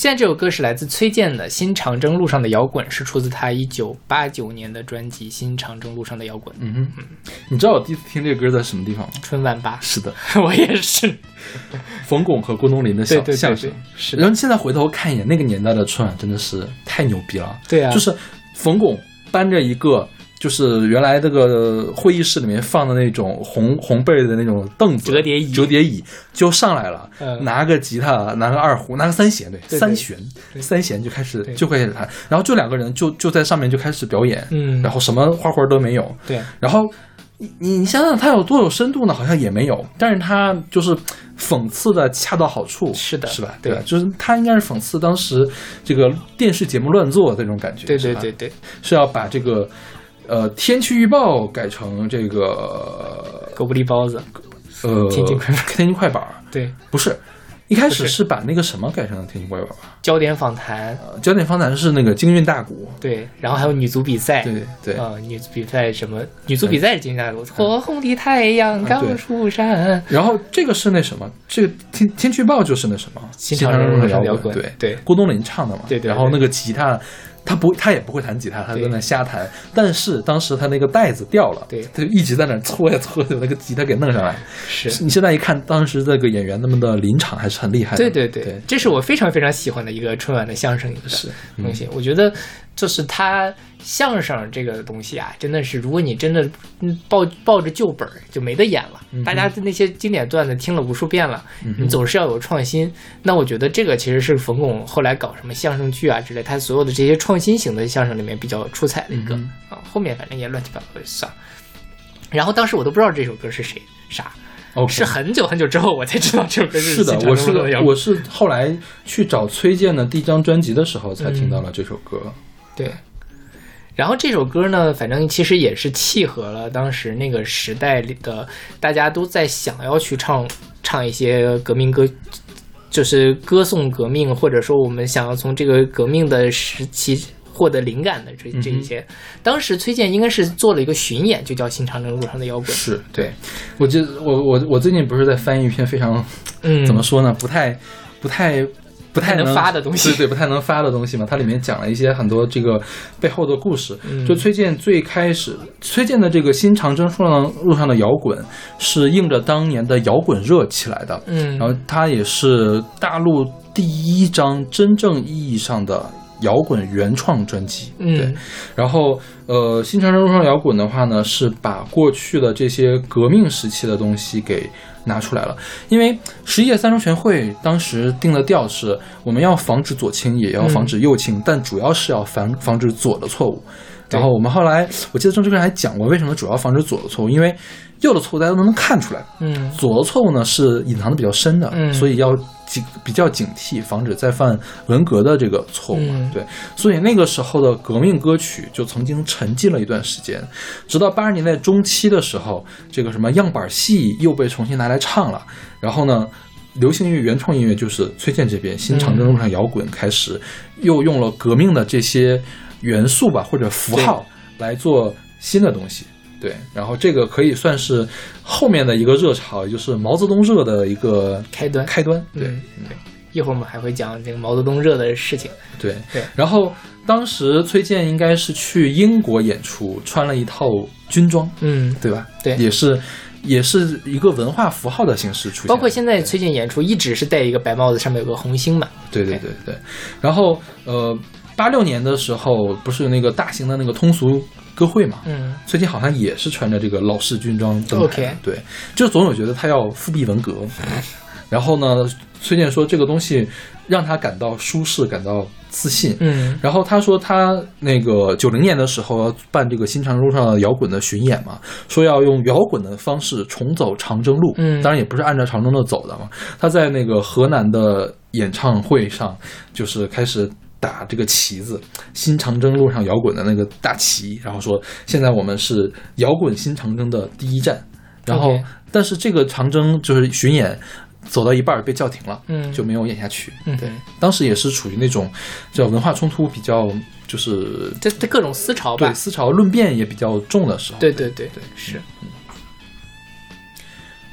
S1: 现在这首歌是来自崔健的《新长征路上的摇滚》，是出自他一九八九年的专辑《新长征路上的摇滚》。
S2: 嗯哼，嗯，你知道我第一次听这个歌在什么地方吗？
S1: 春晚吧。
S2: 是的，
S1: 我也是。
S2: 冯巩和郭冬临的小
S1: 对对对对
S2: 相声，
S1: 是的。
S2: 然后现在回头看一眼，那个年代的春晚真的是太牛逼了。
S1: 对啊，
S2: 就是冯巩搬着一个。就是原来这个会议室里面放的那种红红背的那种凳子，
S1: 折叠椅，
S2: 折叠椅就上来了，
S1: 嗯、
S2: 拿个吉他，拿个二胡，拿个三弦，对，
S1: 对对
S2: 三弦，三弦就开始就开始弹，然后这两个人就就在上面就开始表演，
S1: 嗯，
S2: 然后什么花活都没有，
S1: 对，
S2: 然后你你想想他有多有深度呢？好像也没有，但是他就是讽刺的恰到好处，
S1: 是的，
S2: 是吧？
S1: 对，
S2: 对，就是他应该是讽刺当时这个电视节目乱做这种感觉，
S1: 对对对对，
S2: 是要把这个。呃，天气预报改成这个
S1: 狗不理包子，
S2: 呃，
S1: 天津快
S2: 天津快板，
S1: 对，
S2: 不是，一开始是把那个什么改成天津快板吧？
S1: 焦点访谈，
S2: 呃，焦点访谈是那个京韵大鼓，
S1: 对，然后还有女足比赛，
S2: 对对，
S1: 啊、呃，女足比赛什么？女足比赛是京韵大鼓，火红的太阳刚出山，
S2: 然后这个是那什么？这个天天气预报就是那什么？
S1: 新长征路上摇滚，
S2: 对
S1: 对，
S2: 郭冬临唱的嘛，
S1: 对 对, 对，
S2: 然后那个吉他。他不，他也不会弹吉他，他在那瞎弹。但是当时他那个带子掉了，
S1: 对，
S2: 他就一直在那搓呀搓，把那个吉他给弄上来。
S1: 是
S2: 你现在一看，当时这个演员他们的临场还是很厉害的。
S1: 对对 对,
S2: 对，
S1: 这是我非常非常喜欢的一个春晚的相声一个东西。
S2: 嗯、
S1: 我觉得就是他相声这个东西啊，真的是如果你真的抱抱着旧本就没得演了。
S2: 嗯、
S1: 大家的那些经典段子听了无数遍了，
S2: 嗯、
S1: 你总是要有创新。那我觉得这个其实是冯巩后来搞什么相声剧啊之类，他所有的这些创新型的相声里面比较出彩的一个、
S2: 嗯、
S1: 啊。后面反正也乱七八糟就算了。然后当时我都不知道这首歌是谁啥。
S2: Okay.
S1: 是很久很久之后我才知道这首歌是
S2: 是的，我是我是后来去找崔健的第一张专辑的时候才听到了这首歌。
S1: 嗯、对，然后这首歌呢，反正其实也是契合了当时那个时代里的大家都在想要去唱唱一些革命歌，就是歌颂革命，或者说我们想要从这个革命的时期获得灵感的这这一些、嗯，当时崔健应该是做了一个巡演，就叫《新长征路上的摇滚》。
S2: 是对，我记得我我我最近不是在翻译一篇非常，
S1: 嗯，
S2: 怎么说呢，不太不太不太
S1: 能发的东西，
S2: 对对，不太能发的东西嘛。它里面讲了一些很多这个背后的故事。
S1: 嗯、
S2: 就崔健最开始，崔健的这个《新长征路上的摇滚》是应着当年的摇滚热起来的，
S1: 嗯，
S2: 然后它也是大陆第一张真正意义上的摇滚原创专辑，
S1: 嗯，
S2: 对。然后，呃，新长征路上摇滚的话呢，是把过去的这些革命时期的东西给拿出来了。因为十一届三中全会当时定的调是，我们要防止左倾，也要防止右倾，嗯、但主要是要防防止左的错误。然后我们后来，我记得郑志根还讲过，为什么主要防止左的错误？因为右的错误大家都能看出来，
S1: 嗯，
S2: 左的错误呢是隐藏的比较深的，
S1: 嗯，
S2: 所以要警比较警惕，防止再犯文革的这个错误，
S1: 嗯，
S2: 对，所以那个时候的革命歌曲就曾经沉寂了一段时间，直到八十年代中期的时候，这个什么样板戏又被重新拿来唱了，然后呢，流行音乐、原创音乐就是崔健这边新长征路上摇滚开始又用了革命的这些元素吧或者符号来做新的东西。对，然后这个可以算是后面的一个热潮，也就是毛泽东热的一个
S1: 开端。
S2: 开端，对，
S1: 嗯、对。一会儿我们还会讲这个毛泽东热的事情。
S2: 对
S1: 对。
S2: 然后当时崔健应该是去英国演出，穿了一套军装，
S1: 嗯，
S2: 对吧？
S1: 对，
S2: 也是也是一个文化符号的形式出现。
S1: 包括现在崔健演出一直是戴一个白帽子，上面有个红星嘛。
S2: 对对对对。然后呃，八六年的时候不是有那个大型的那个通俗歌会嘛，
S1: 嗯，
S2: 崔健好像也是穿着这个老式军装登台，
S1: okay.
S2: 对，就总有觉得他要复辟文革，然后呢，崔健说这个东西让他感到舒适，感到自信，
S1: 嗯，
S2: 然后他说他那个九零年的时候要办这个新长征路上的摇滚的巡演嘛，说要用摇滚的方式重走长征路，
S1: 嗯，
S2: 当然也不是按照长征路走的嘛，他在那个河南的演唱会上就是开始打这个旗子，新长征路上摇滚的那个大旗，然后说现在我们是摇滚新长征的第一站，然后、okay. 但是这个长征就是巡演走到一半被叫停了，
S1: 嗯，
S2: 就没有演下去。
S1: 嗯，
S2: 对，当时也是处于那种叫文化冲突比较就是
S1: 这这各种思潮吧，
S2: 对，思潮论辩也比较重的时候。
S1: 对对对
S2: 对，
S1: 是。
S2: 嗯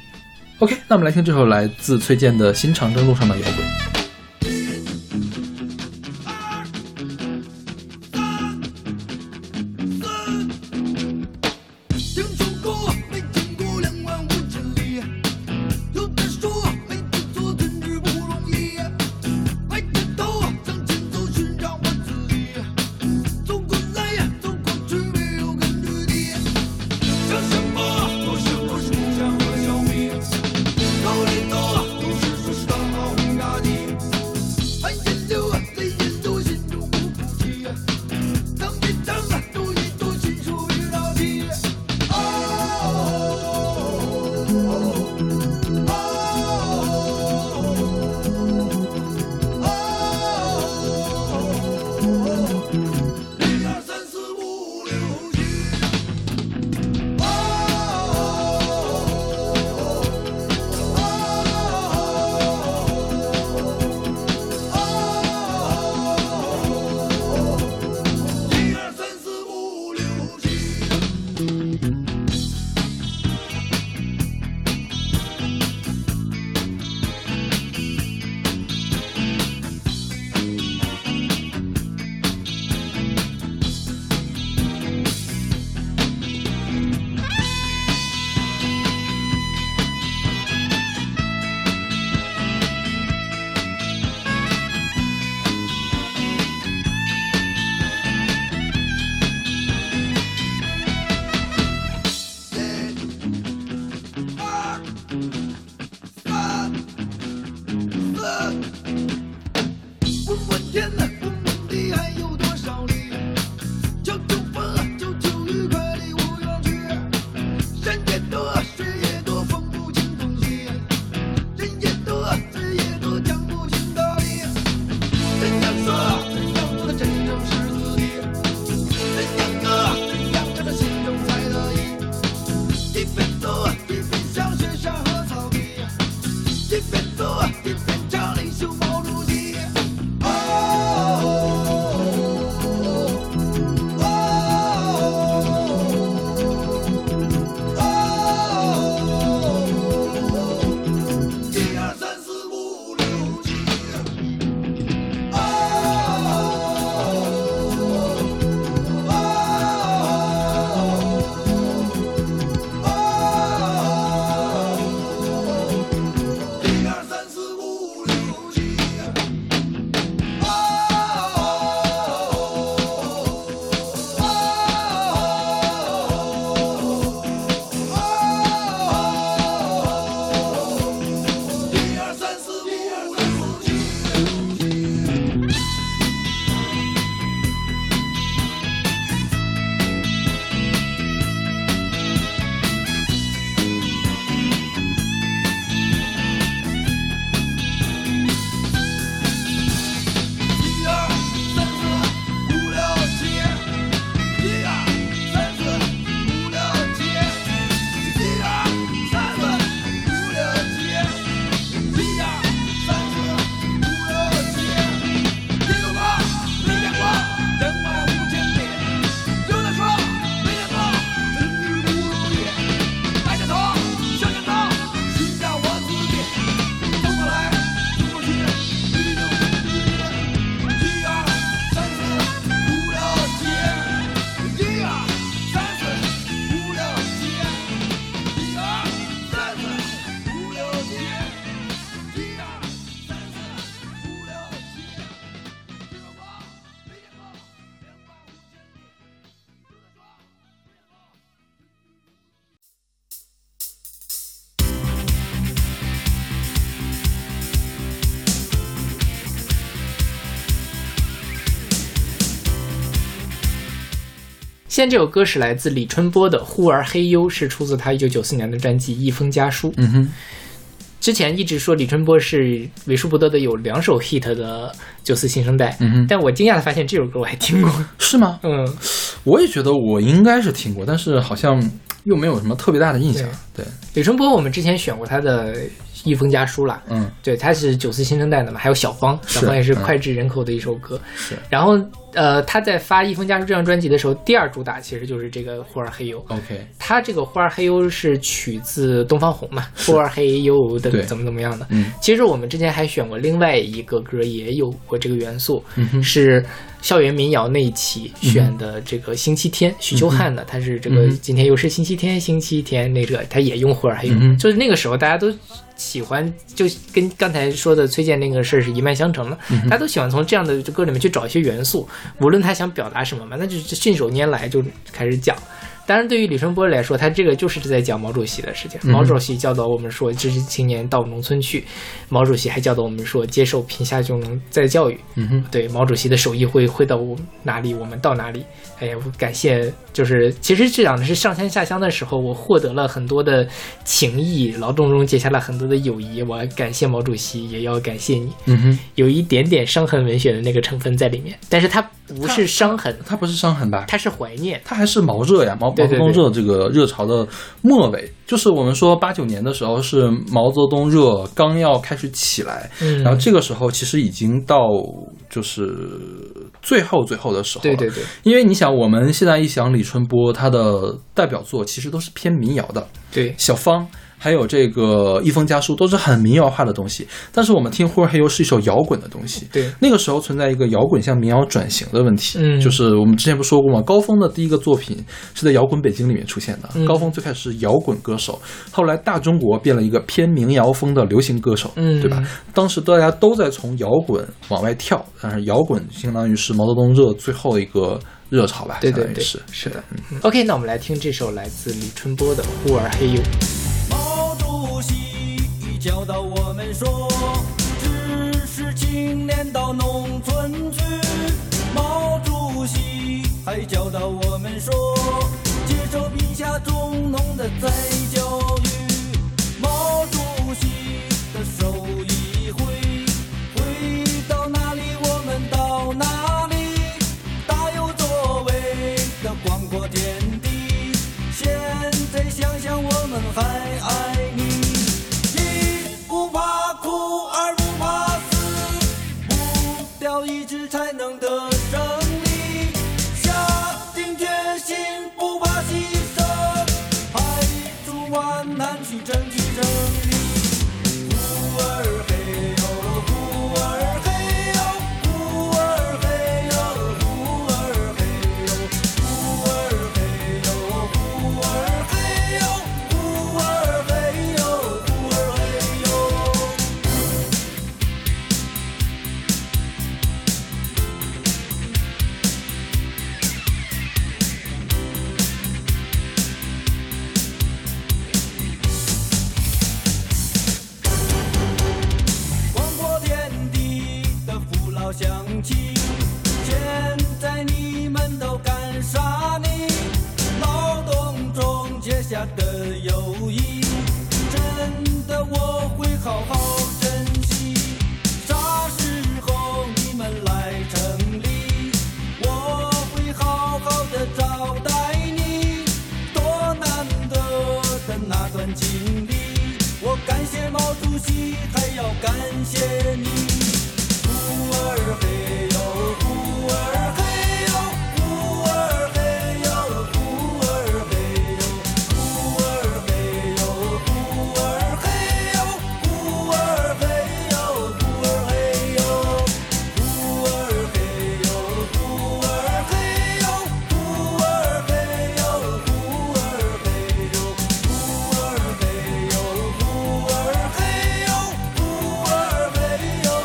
S2: OK， 那我们来听这首来自崔健的《新长征路上的摇滚》。
S1: 现在这首歌是来自李春波的《忽而黑幽》，是出自他一九九四年的专辑《一封家书》。
S2: 嗯哼。
S1: 之前一直说李春波是为数不多的有两首 hit 的九四新生代，
S2: 嗯哼，
S1: 但我惊讶的发现这首歌我还听过。
S2: 是吗？
S1: 嗯，
S2: 我也觉得我应该是听过，但是好像又没有什么特别大的印象。对，
S1: 对李春波我们之前选过他的一封家书啦，
S2: 嗯，
S1: 对，他是九四新生代的嘛，还有小芳，小芳也是脍炙人口的一首歌。
S2: 是，
S1: 然后呃，他在发一封家书这张专辑的时候，第二主打其实就是这个忽而黑幽。
S2: OK，
S1: 他这个忽而黑幽是取自东方红嘛，忽而黑幽的怎么怎么样的。
S2: 嗯，
S1: 其实我们之前还选过另外一个歌，也有过这个元素，
S2: 嗯、
S1: 是校园民谣那一期选的这个星期天，嗯、许秋汉的，他是这个今天又是星期天，星期天那个他也用忽而黑幽，嗯、就是那个时候大家都喜欢，就跟刚才说的崔健那个事儿是一脉相承的，嗯、大家都喜欢从这样的歌里面去找一些元素，无论他想表达什么嘛，那就信手拈来就开始讲。当然，对于李春波来说，他这个就是在讲毛主席的事情。毛主席教导我们说，知识青年到农村去；毛主席还教导我们说，接受贫下中农再教育。
S2: 嗯哼，
S1: 对，毛主席的手艺会挥到哪里，我们到哪里。哎呀，感谢，就是其实这讲的是上山下乡的时候，我获得了很多的情谊，劳动中结下了很多的友谊。我感谢毛主席，也要感谢你。
S2: 嗯哼，
S1: 有一点点伤痕文学的那个成分在里面，但是它不是伤痕，
S2: 它不是伤痕吧？
S1: 它是怀念，
S2: 它还是毛热呀，毛毛泽东热这个热潮的末尾，就是我们说八九年的时候是毛泽东热刚要开始起来，
S1: 嗯，
S2: 然后这个时候其实已经到就是最后最后的时候了。
S1: 对对对，
S2: 因为你想，我们现在一想李春波，他的代表作其实都是偏民谣的，
S1: 对，
S2: 小芳。还有这个一封家书都是很民谣化的东西，但是我们听忽而黑幽是一首摇滚的东西。
S1: 对，
S2: 那个时候存在一个摇滚向民谣转型的问题。
S1: 嗯，
S2: 就是我们之前不说过吗？高峰的第一个作品是在摇滚北京里面出现的。
S1: 嗯、
S2: 高峰最开始是摇滚歌手，后来大中国变了一个偏民谣风的流行歌手，
S1: 嗯，
S2: 对吧？当时大家都在从摇滚往外跳，但是摇滚相当于是毛泽东热最后一个热潮吧？
S1: 对对对，
S2: 是是的。
S1: 嗯 OK， 那我们来听这首来自李春波的《忽而黑幽》。
S5: 毛主席教导我们说，知识青年到农村去。毛主席还教导我们说，接受贫下中农的再教育。毛主席的手一挥，挥到哪里我们到哪里，大有作为的广阔天地。现在想想我们还爱你，一不怕苦，二不怕死，不掉意志才能得胜利，下定决心不怕牺牲，排除万难去争取胜利。忽而黑幽，忽而黑幽，忽而黑幽，忽而黑幽，忽而黑幽，忽而黑幽，忽而黑幽，忽而黑幽。广阔天地的父老乡亲，现在你们都干啥呢？劳动中结下的友谊，真的我会好好珍惜。啥时候你们来城里，我会好好的招待你。多难得的那段经历，我感谢毛主席，还要感谢你。忽而黑幽，忽而黑幽，忽而黑幽，忽而黑幽，忽而黑幽，忽而黑幽，忽而黑幽，忽而黑幽，忽而黑幽，忽而黑幽，忽而黑幽，忽而黑幽，忽而黑幽，忽而黑幽，忽而黑幽，忽而黑幽。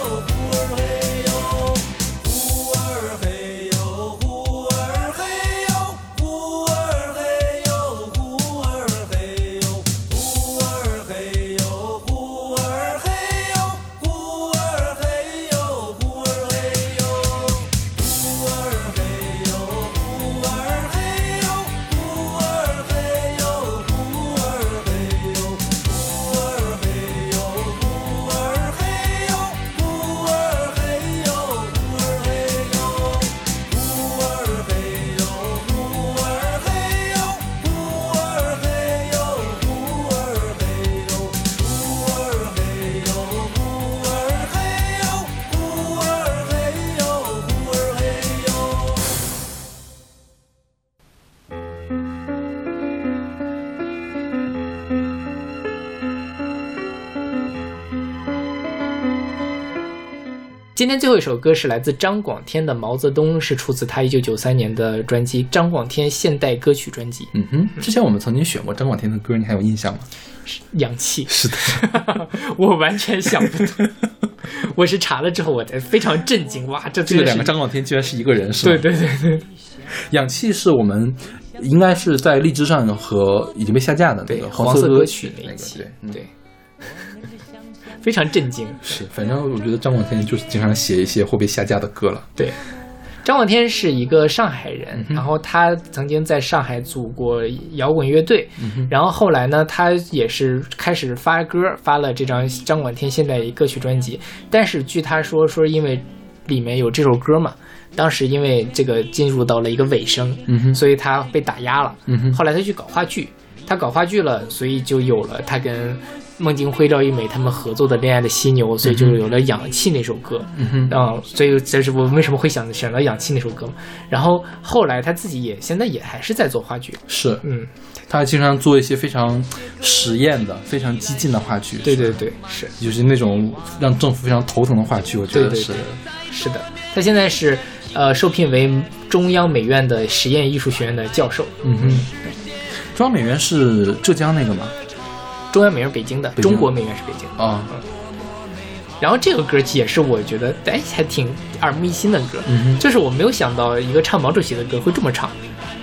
S1: 今天最后一首歌是来自张广天的《毛泽东》，是出自他一九九三年的专辑《张广天现代歌曲专辑》。
S2: 嗯哼，之前我们曾经选过张广天的歌，你还有印象吗？
S1: 氧气。
S2: 是的，
S1: 我完全想不通。我是查了之后，我才非常震惊。哇，这
S2: 这个两个张广天居然是一个人，是吗？
S1: 对对对对。
S2: 氧气是我们应该是在荔枝上和已经被下架的那个
S1: 黄
S2: 色
S1: 歌
S2: 曲那个，对、嗯、
S1: 对。非常震惊。
S2: 是，反正我觉得张广天就是经常写一些会被下架的歌了。
S1: 对，张广天是一个上海人，
S2: 嗯、
S1: 然后他曾经在上海组过摇滚乐队、
S2: 嗯，
S1: 然后后来呢，他也是开始发歌，发了这张张广天现代歌曲专辑。但是据他说，说因为里面有这首歌嘛，当时因为这个进入到了一个尾声，
S2: 嗯、
S1: 所以他被打压了。
S2: 嗯、
S1: 后来他去搞话剧，他搞话剧了，所以就有了他跟孟京辉、赵一梅他们合作的《恋爱的犀牛》，所以就有了《氧气》那首歌。
S2: 嗯哼，
S1: 啊，所以这是我为什么会想选到《氧气》那首歌嘛。然后后来他自己也现在也还是在做话剧。
S2: 是，
S1: 嗯，
S2: 他经常做一些非常实验的、非常激进的话剧。
S1: 对对对，是，
S2: 就是那种让政府非常头疼的话剧，我觉得是。
S1: 对对对，是的，他现在是呃受聘为中央美院的实验艺术学院的教授。
S2: 嗯哼，中央美院是浙江那个吗？
S1: 中央美院北京的，中国美院是北京的
S2: 啊、
S1: 嗯。然后这个歌也是我觉得哎还挺耳目一新的歌，
S2: 嗯，
S1: 就是我没有想到一个唱毛主席的歌会这么唱。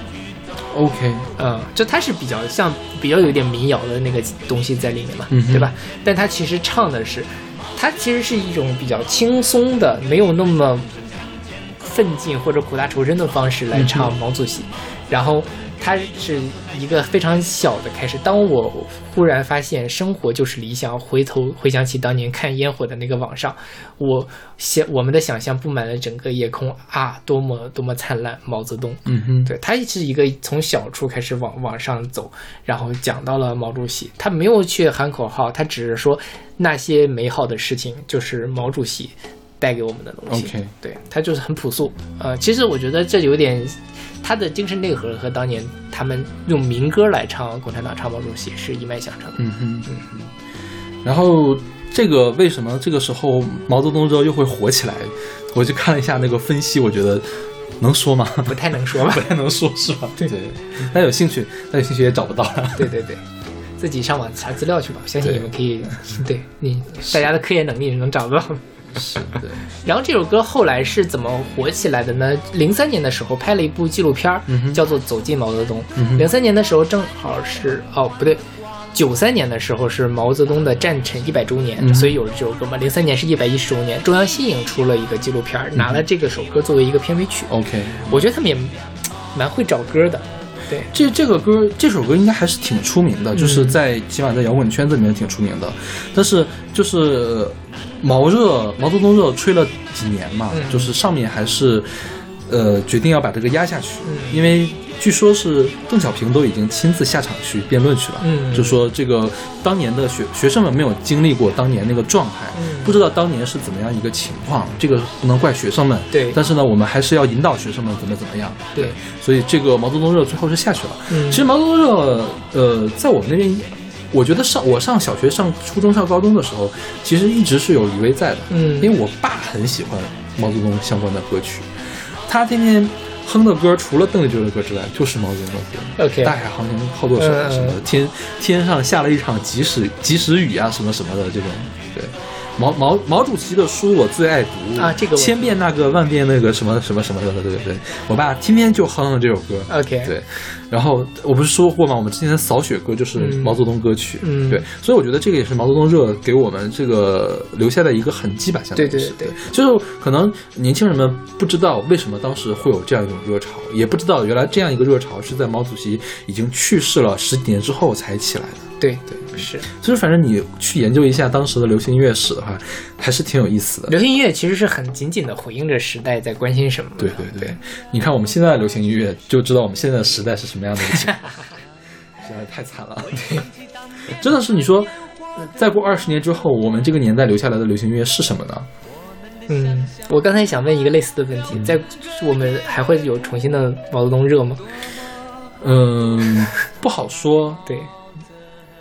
S2: OK，
S1: 嗯，就它是比较像比较有点民谣的那个东西在里面嘛，
S2: 嗯、
S1: 对吧？但它其实唱的是，它其实是一种比较轻松的，没有那么奋进或者苦大仇深的方式来唱毛主席，嗯、然后。它是一个非常小的开始。当我忽然发现生活就是理想，回头回想起当年看烟火的那个晚上，我想我们的想象布满了整个夜空啊，多么多么灿烂！毛泽东，
S2: 嗯哼，
S1: 对，他是一个从小处开始往往上走，然后讲到了毛主席，他没有去喊口号，他只是说那些美好的事情就是毛主席带给我们的东西。
S2: Okay.
S1: 对，他就是很朴素。呃，其实我觉得这有点。他的精神内核和当年他们用民歌来唱共产党唱毛主席是一脉相承的。
S2: 嗯哼，嗯哼。然后这个为什么这个时候毛泽东热又会火起来？我去看了一下那个分析，我觉得能说吗？
S1: 不太能说吧？
S2: 不太能说是吧？
S1: 对
S2: 对，大家有兴趣，大家有兴趣也找不到了。
S1: 对对对，自己上网查资料去吧，我相信你们可以，对, 对你大家的科研能力能找到。
S2: 是的。
S1: 然后这首歌后来是怎么火起来的呢？零三年的时候拍了一部纪录片，
S2: 嗯、
S1: 叫做《走进毛泽东》。零、
S2: 嗯、
S1: 三年的时候正好是哦不对，九三年的时候是毛泽东的诞辰一百周年、
S2: 嗯，
S1: 所以有了这首歌嘛。零三年是一百一十周年，中央新影出了一个纪录片，拿了这个首歌作为一个片尾曲。
S2: OK，
S1: 我觉得他们也蛮会找歌的。对，
S2: 这这个歌这首歌应该还是挺出名的，嗯、就是在起码在摇滚圈子里面挺出名的。但是就是毛热毛泽东热吹了几年嘛，
S1: 嗯、
S2: 就是上面还是呃决定要把这个压下去，
S1: 嗯、
S2: 因为据说是邓小平都已经亲自下场去辩论去了，
S1: 嗯，
S2: 就说这个当年的学学生们没有经历过当年那个状态，
S1: 嗯，
S2: 不知道当年是怎么样一个情况，这个不能怪学生们，
S1: 对，
S2: 但是呢，我们还是要引导学生们怎么怎么样，
S1: 对，
S2: 所以这个毛泽东热最后是下去了。
S1: 嗯，
S2: 其实毛泽东热，呃，在我们那边，我觉得上我上小学、上初中、上高中的时候，其实一直是有余威在的，
S1: 嗯，
S2: 因为我爸很喜欢毛泽东相关的歌曲，他天天哼的歌除了邓丽君的歌之外，就是毛泽东的歌。
S1: OK，
S2: 大海航行好多首什么、呃、天天上下了一场及时及时雨啊，什么什么的这种。对，毛毛毛主席的书我最爱读
S1: 啊，这个
S2: 千遍那个万遍那个什么什么什么的，对对对，我爸天天就哼哼这首歌。
S1: OK，
S2: 对。然后我不是说过吗？我们之前的扫雪歌就是毛泽东歌曲，
S1: 嗯，
S2: 对，所以我觉得这个也是毛泽东热给我们这个留下的一个痕迹吧，相当于是。
S1: 对对对，
S2: 就是可能年轻人们不知道为什么当时会有这样一种热潮，也不知道原来这样一个热潮是在毛主席已经去世了十几年之后才起来的。
S1: 对对是，
S2: 所以反正你去研究一下当时的流行音乐史的话，还是挺有意思的。
S1: 流行音乐其实是很紧紧的回应着时代在关心什么的。
S2: 对对对，你看我们现在的流行音乐，就知道我们现在的时代是什么样的一个情况。实在是太惨了。对，真的是你说，再过二十年之后，我们这个年代留下来的流行音乐是什么呢？
S1: 嗯，我刚才想问一个类似的问题，在我们还会有重新的毛泽东热吗？
S2: 嗯，不好说。
S1: 对。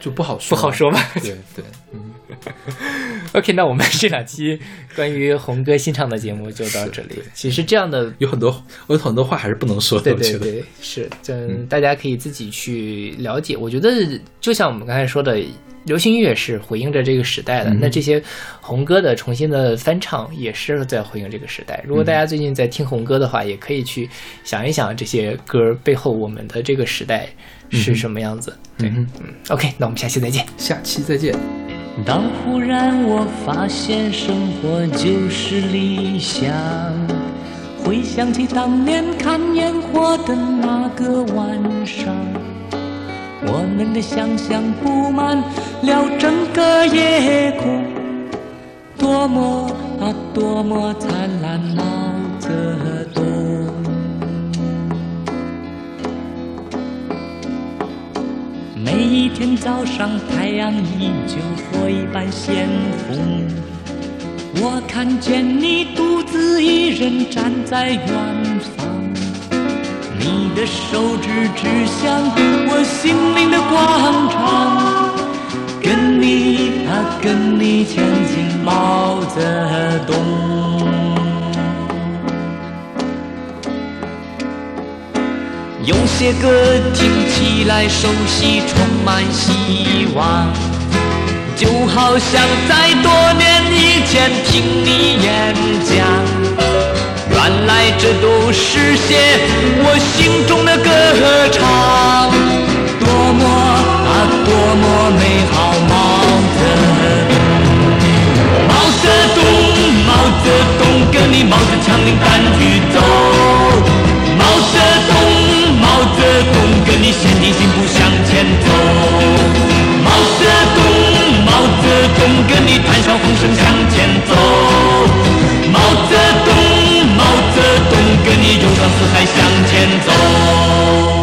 S2: 就不好说，
S1: 不好说吧？
S2: 对对，嗯。
S1: OK， 那我们这两期关于红歌新唱的节目就到这里。其实这样的
S2: 有很多有很多话还是不能说的，
S1: 对对对，是，嗯，大家可以自己去了解。我觉得就像我们刚才说的，流行音乐是回应着这个时代的，嗯、那这些红歌的重新的翻唱也是在回应这个时代。如果大家最近在听红歌的话，嗯、也可以去想一想这些歌背后我们的这个时代是什么样子。嗯、对，嗯 ，OK， 那我们下期再见，
S2: 下期再见。
S5: 当忽然我发现生活就是理想，回想起当年看烟火的那个晚上，我们的想象布满了整个夜空，多么啊多么灿烂毛泽东。每一天早上太阳依旧火一般鲜红，我看见你独自一人站在远方，你的手指指向我心灵的广场，跟你啊跟你前进毛泽东。有些歌听起来熟悉，充满希望，就好像在多年以前听你演讲，原来这都实现我心中的歌唱，多么啊多么美好。毛泽东，毛泽东，毛泽东，跟你冒着枪林弹雨走，毛泽东，毛泽东，跟你坚定信步向前走，毛泽东，毛泽东，跟你谈笑风生向前走，毛泽东，毛泽东，跟你游山四海向前走。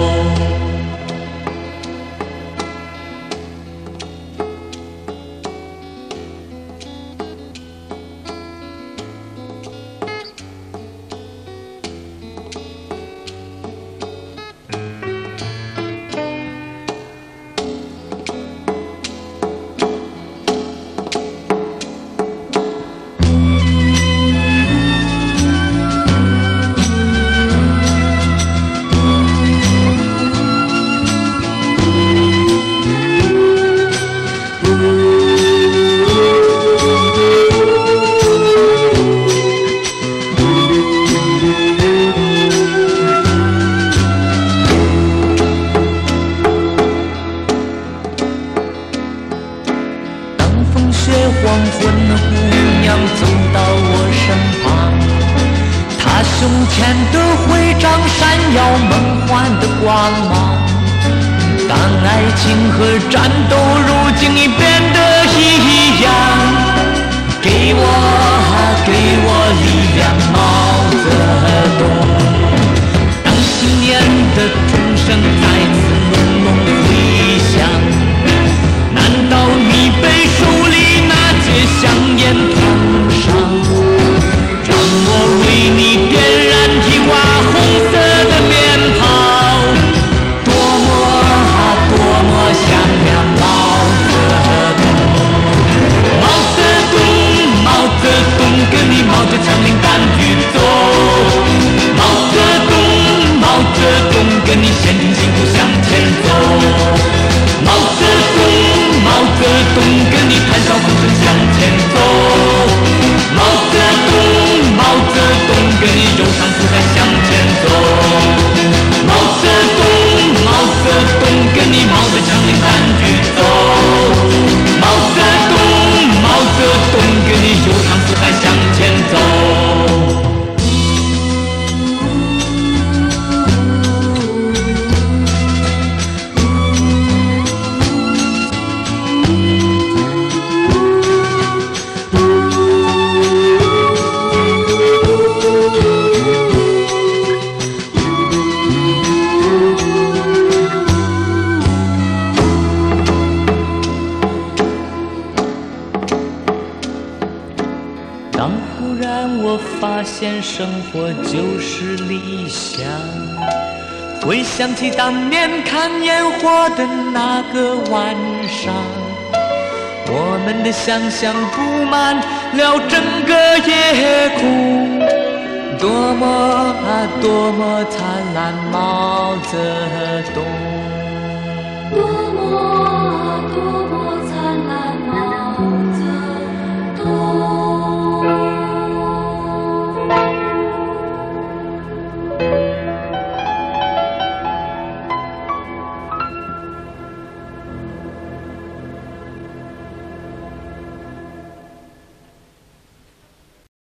S5: 生活就是理想， 回想起当年看烟火的那个晚上，我们的想象布满了整个夜空，多么啊多么灿烂毛泽东，多么啊多么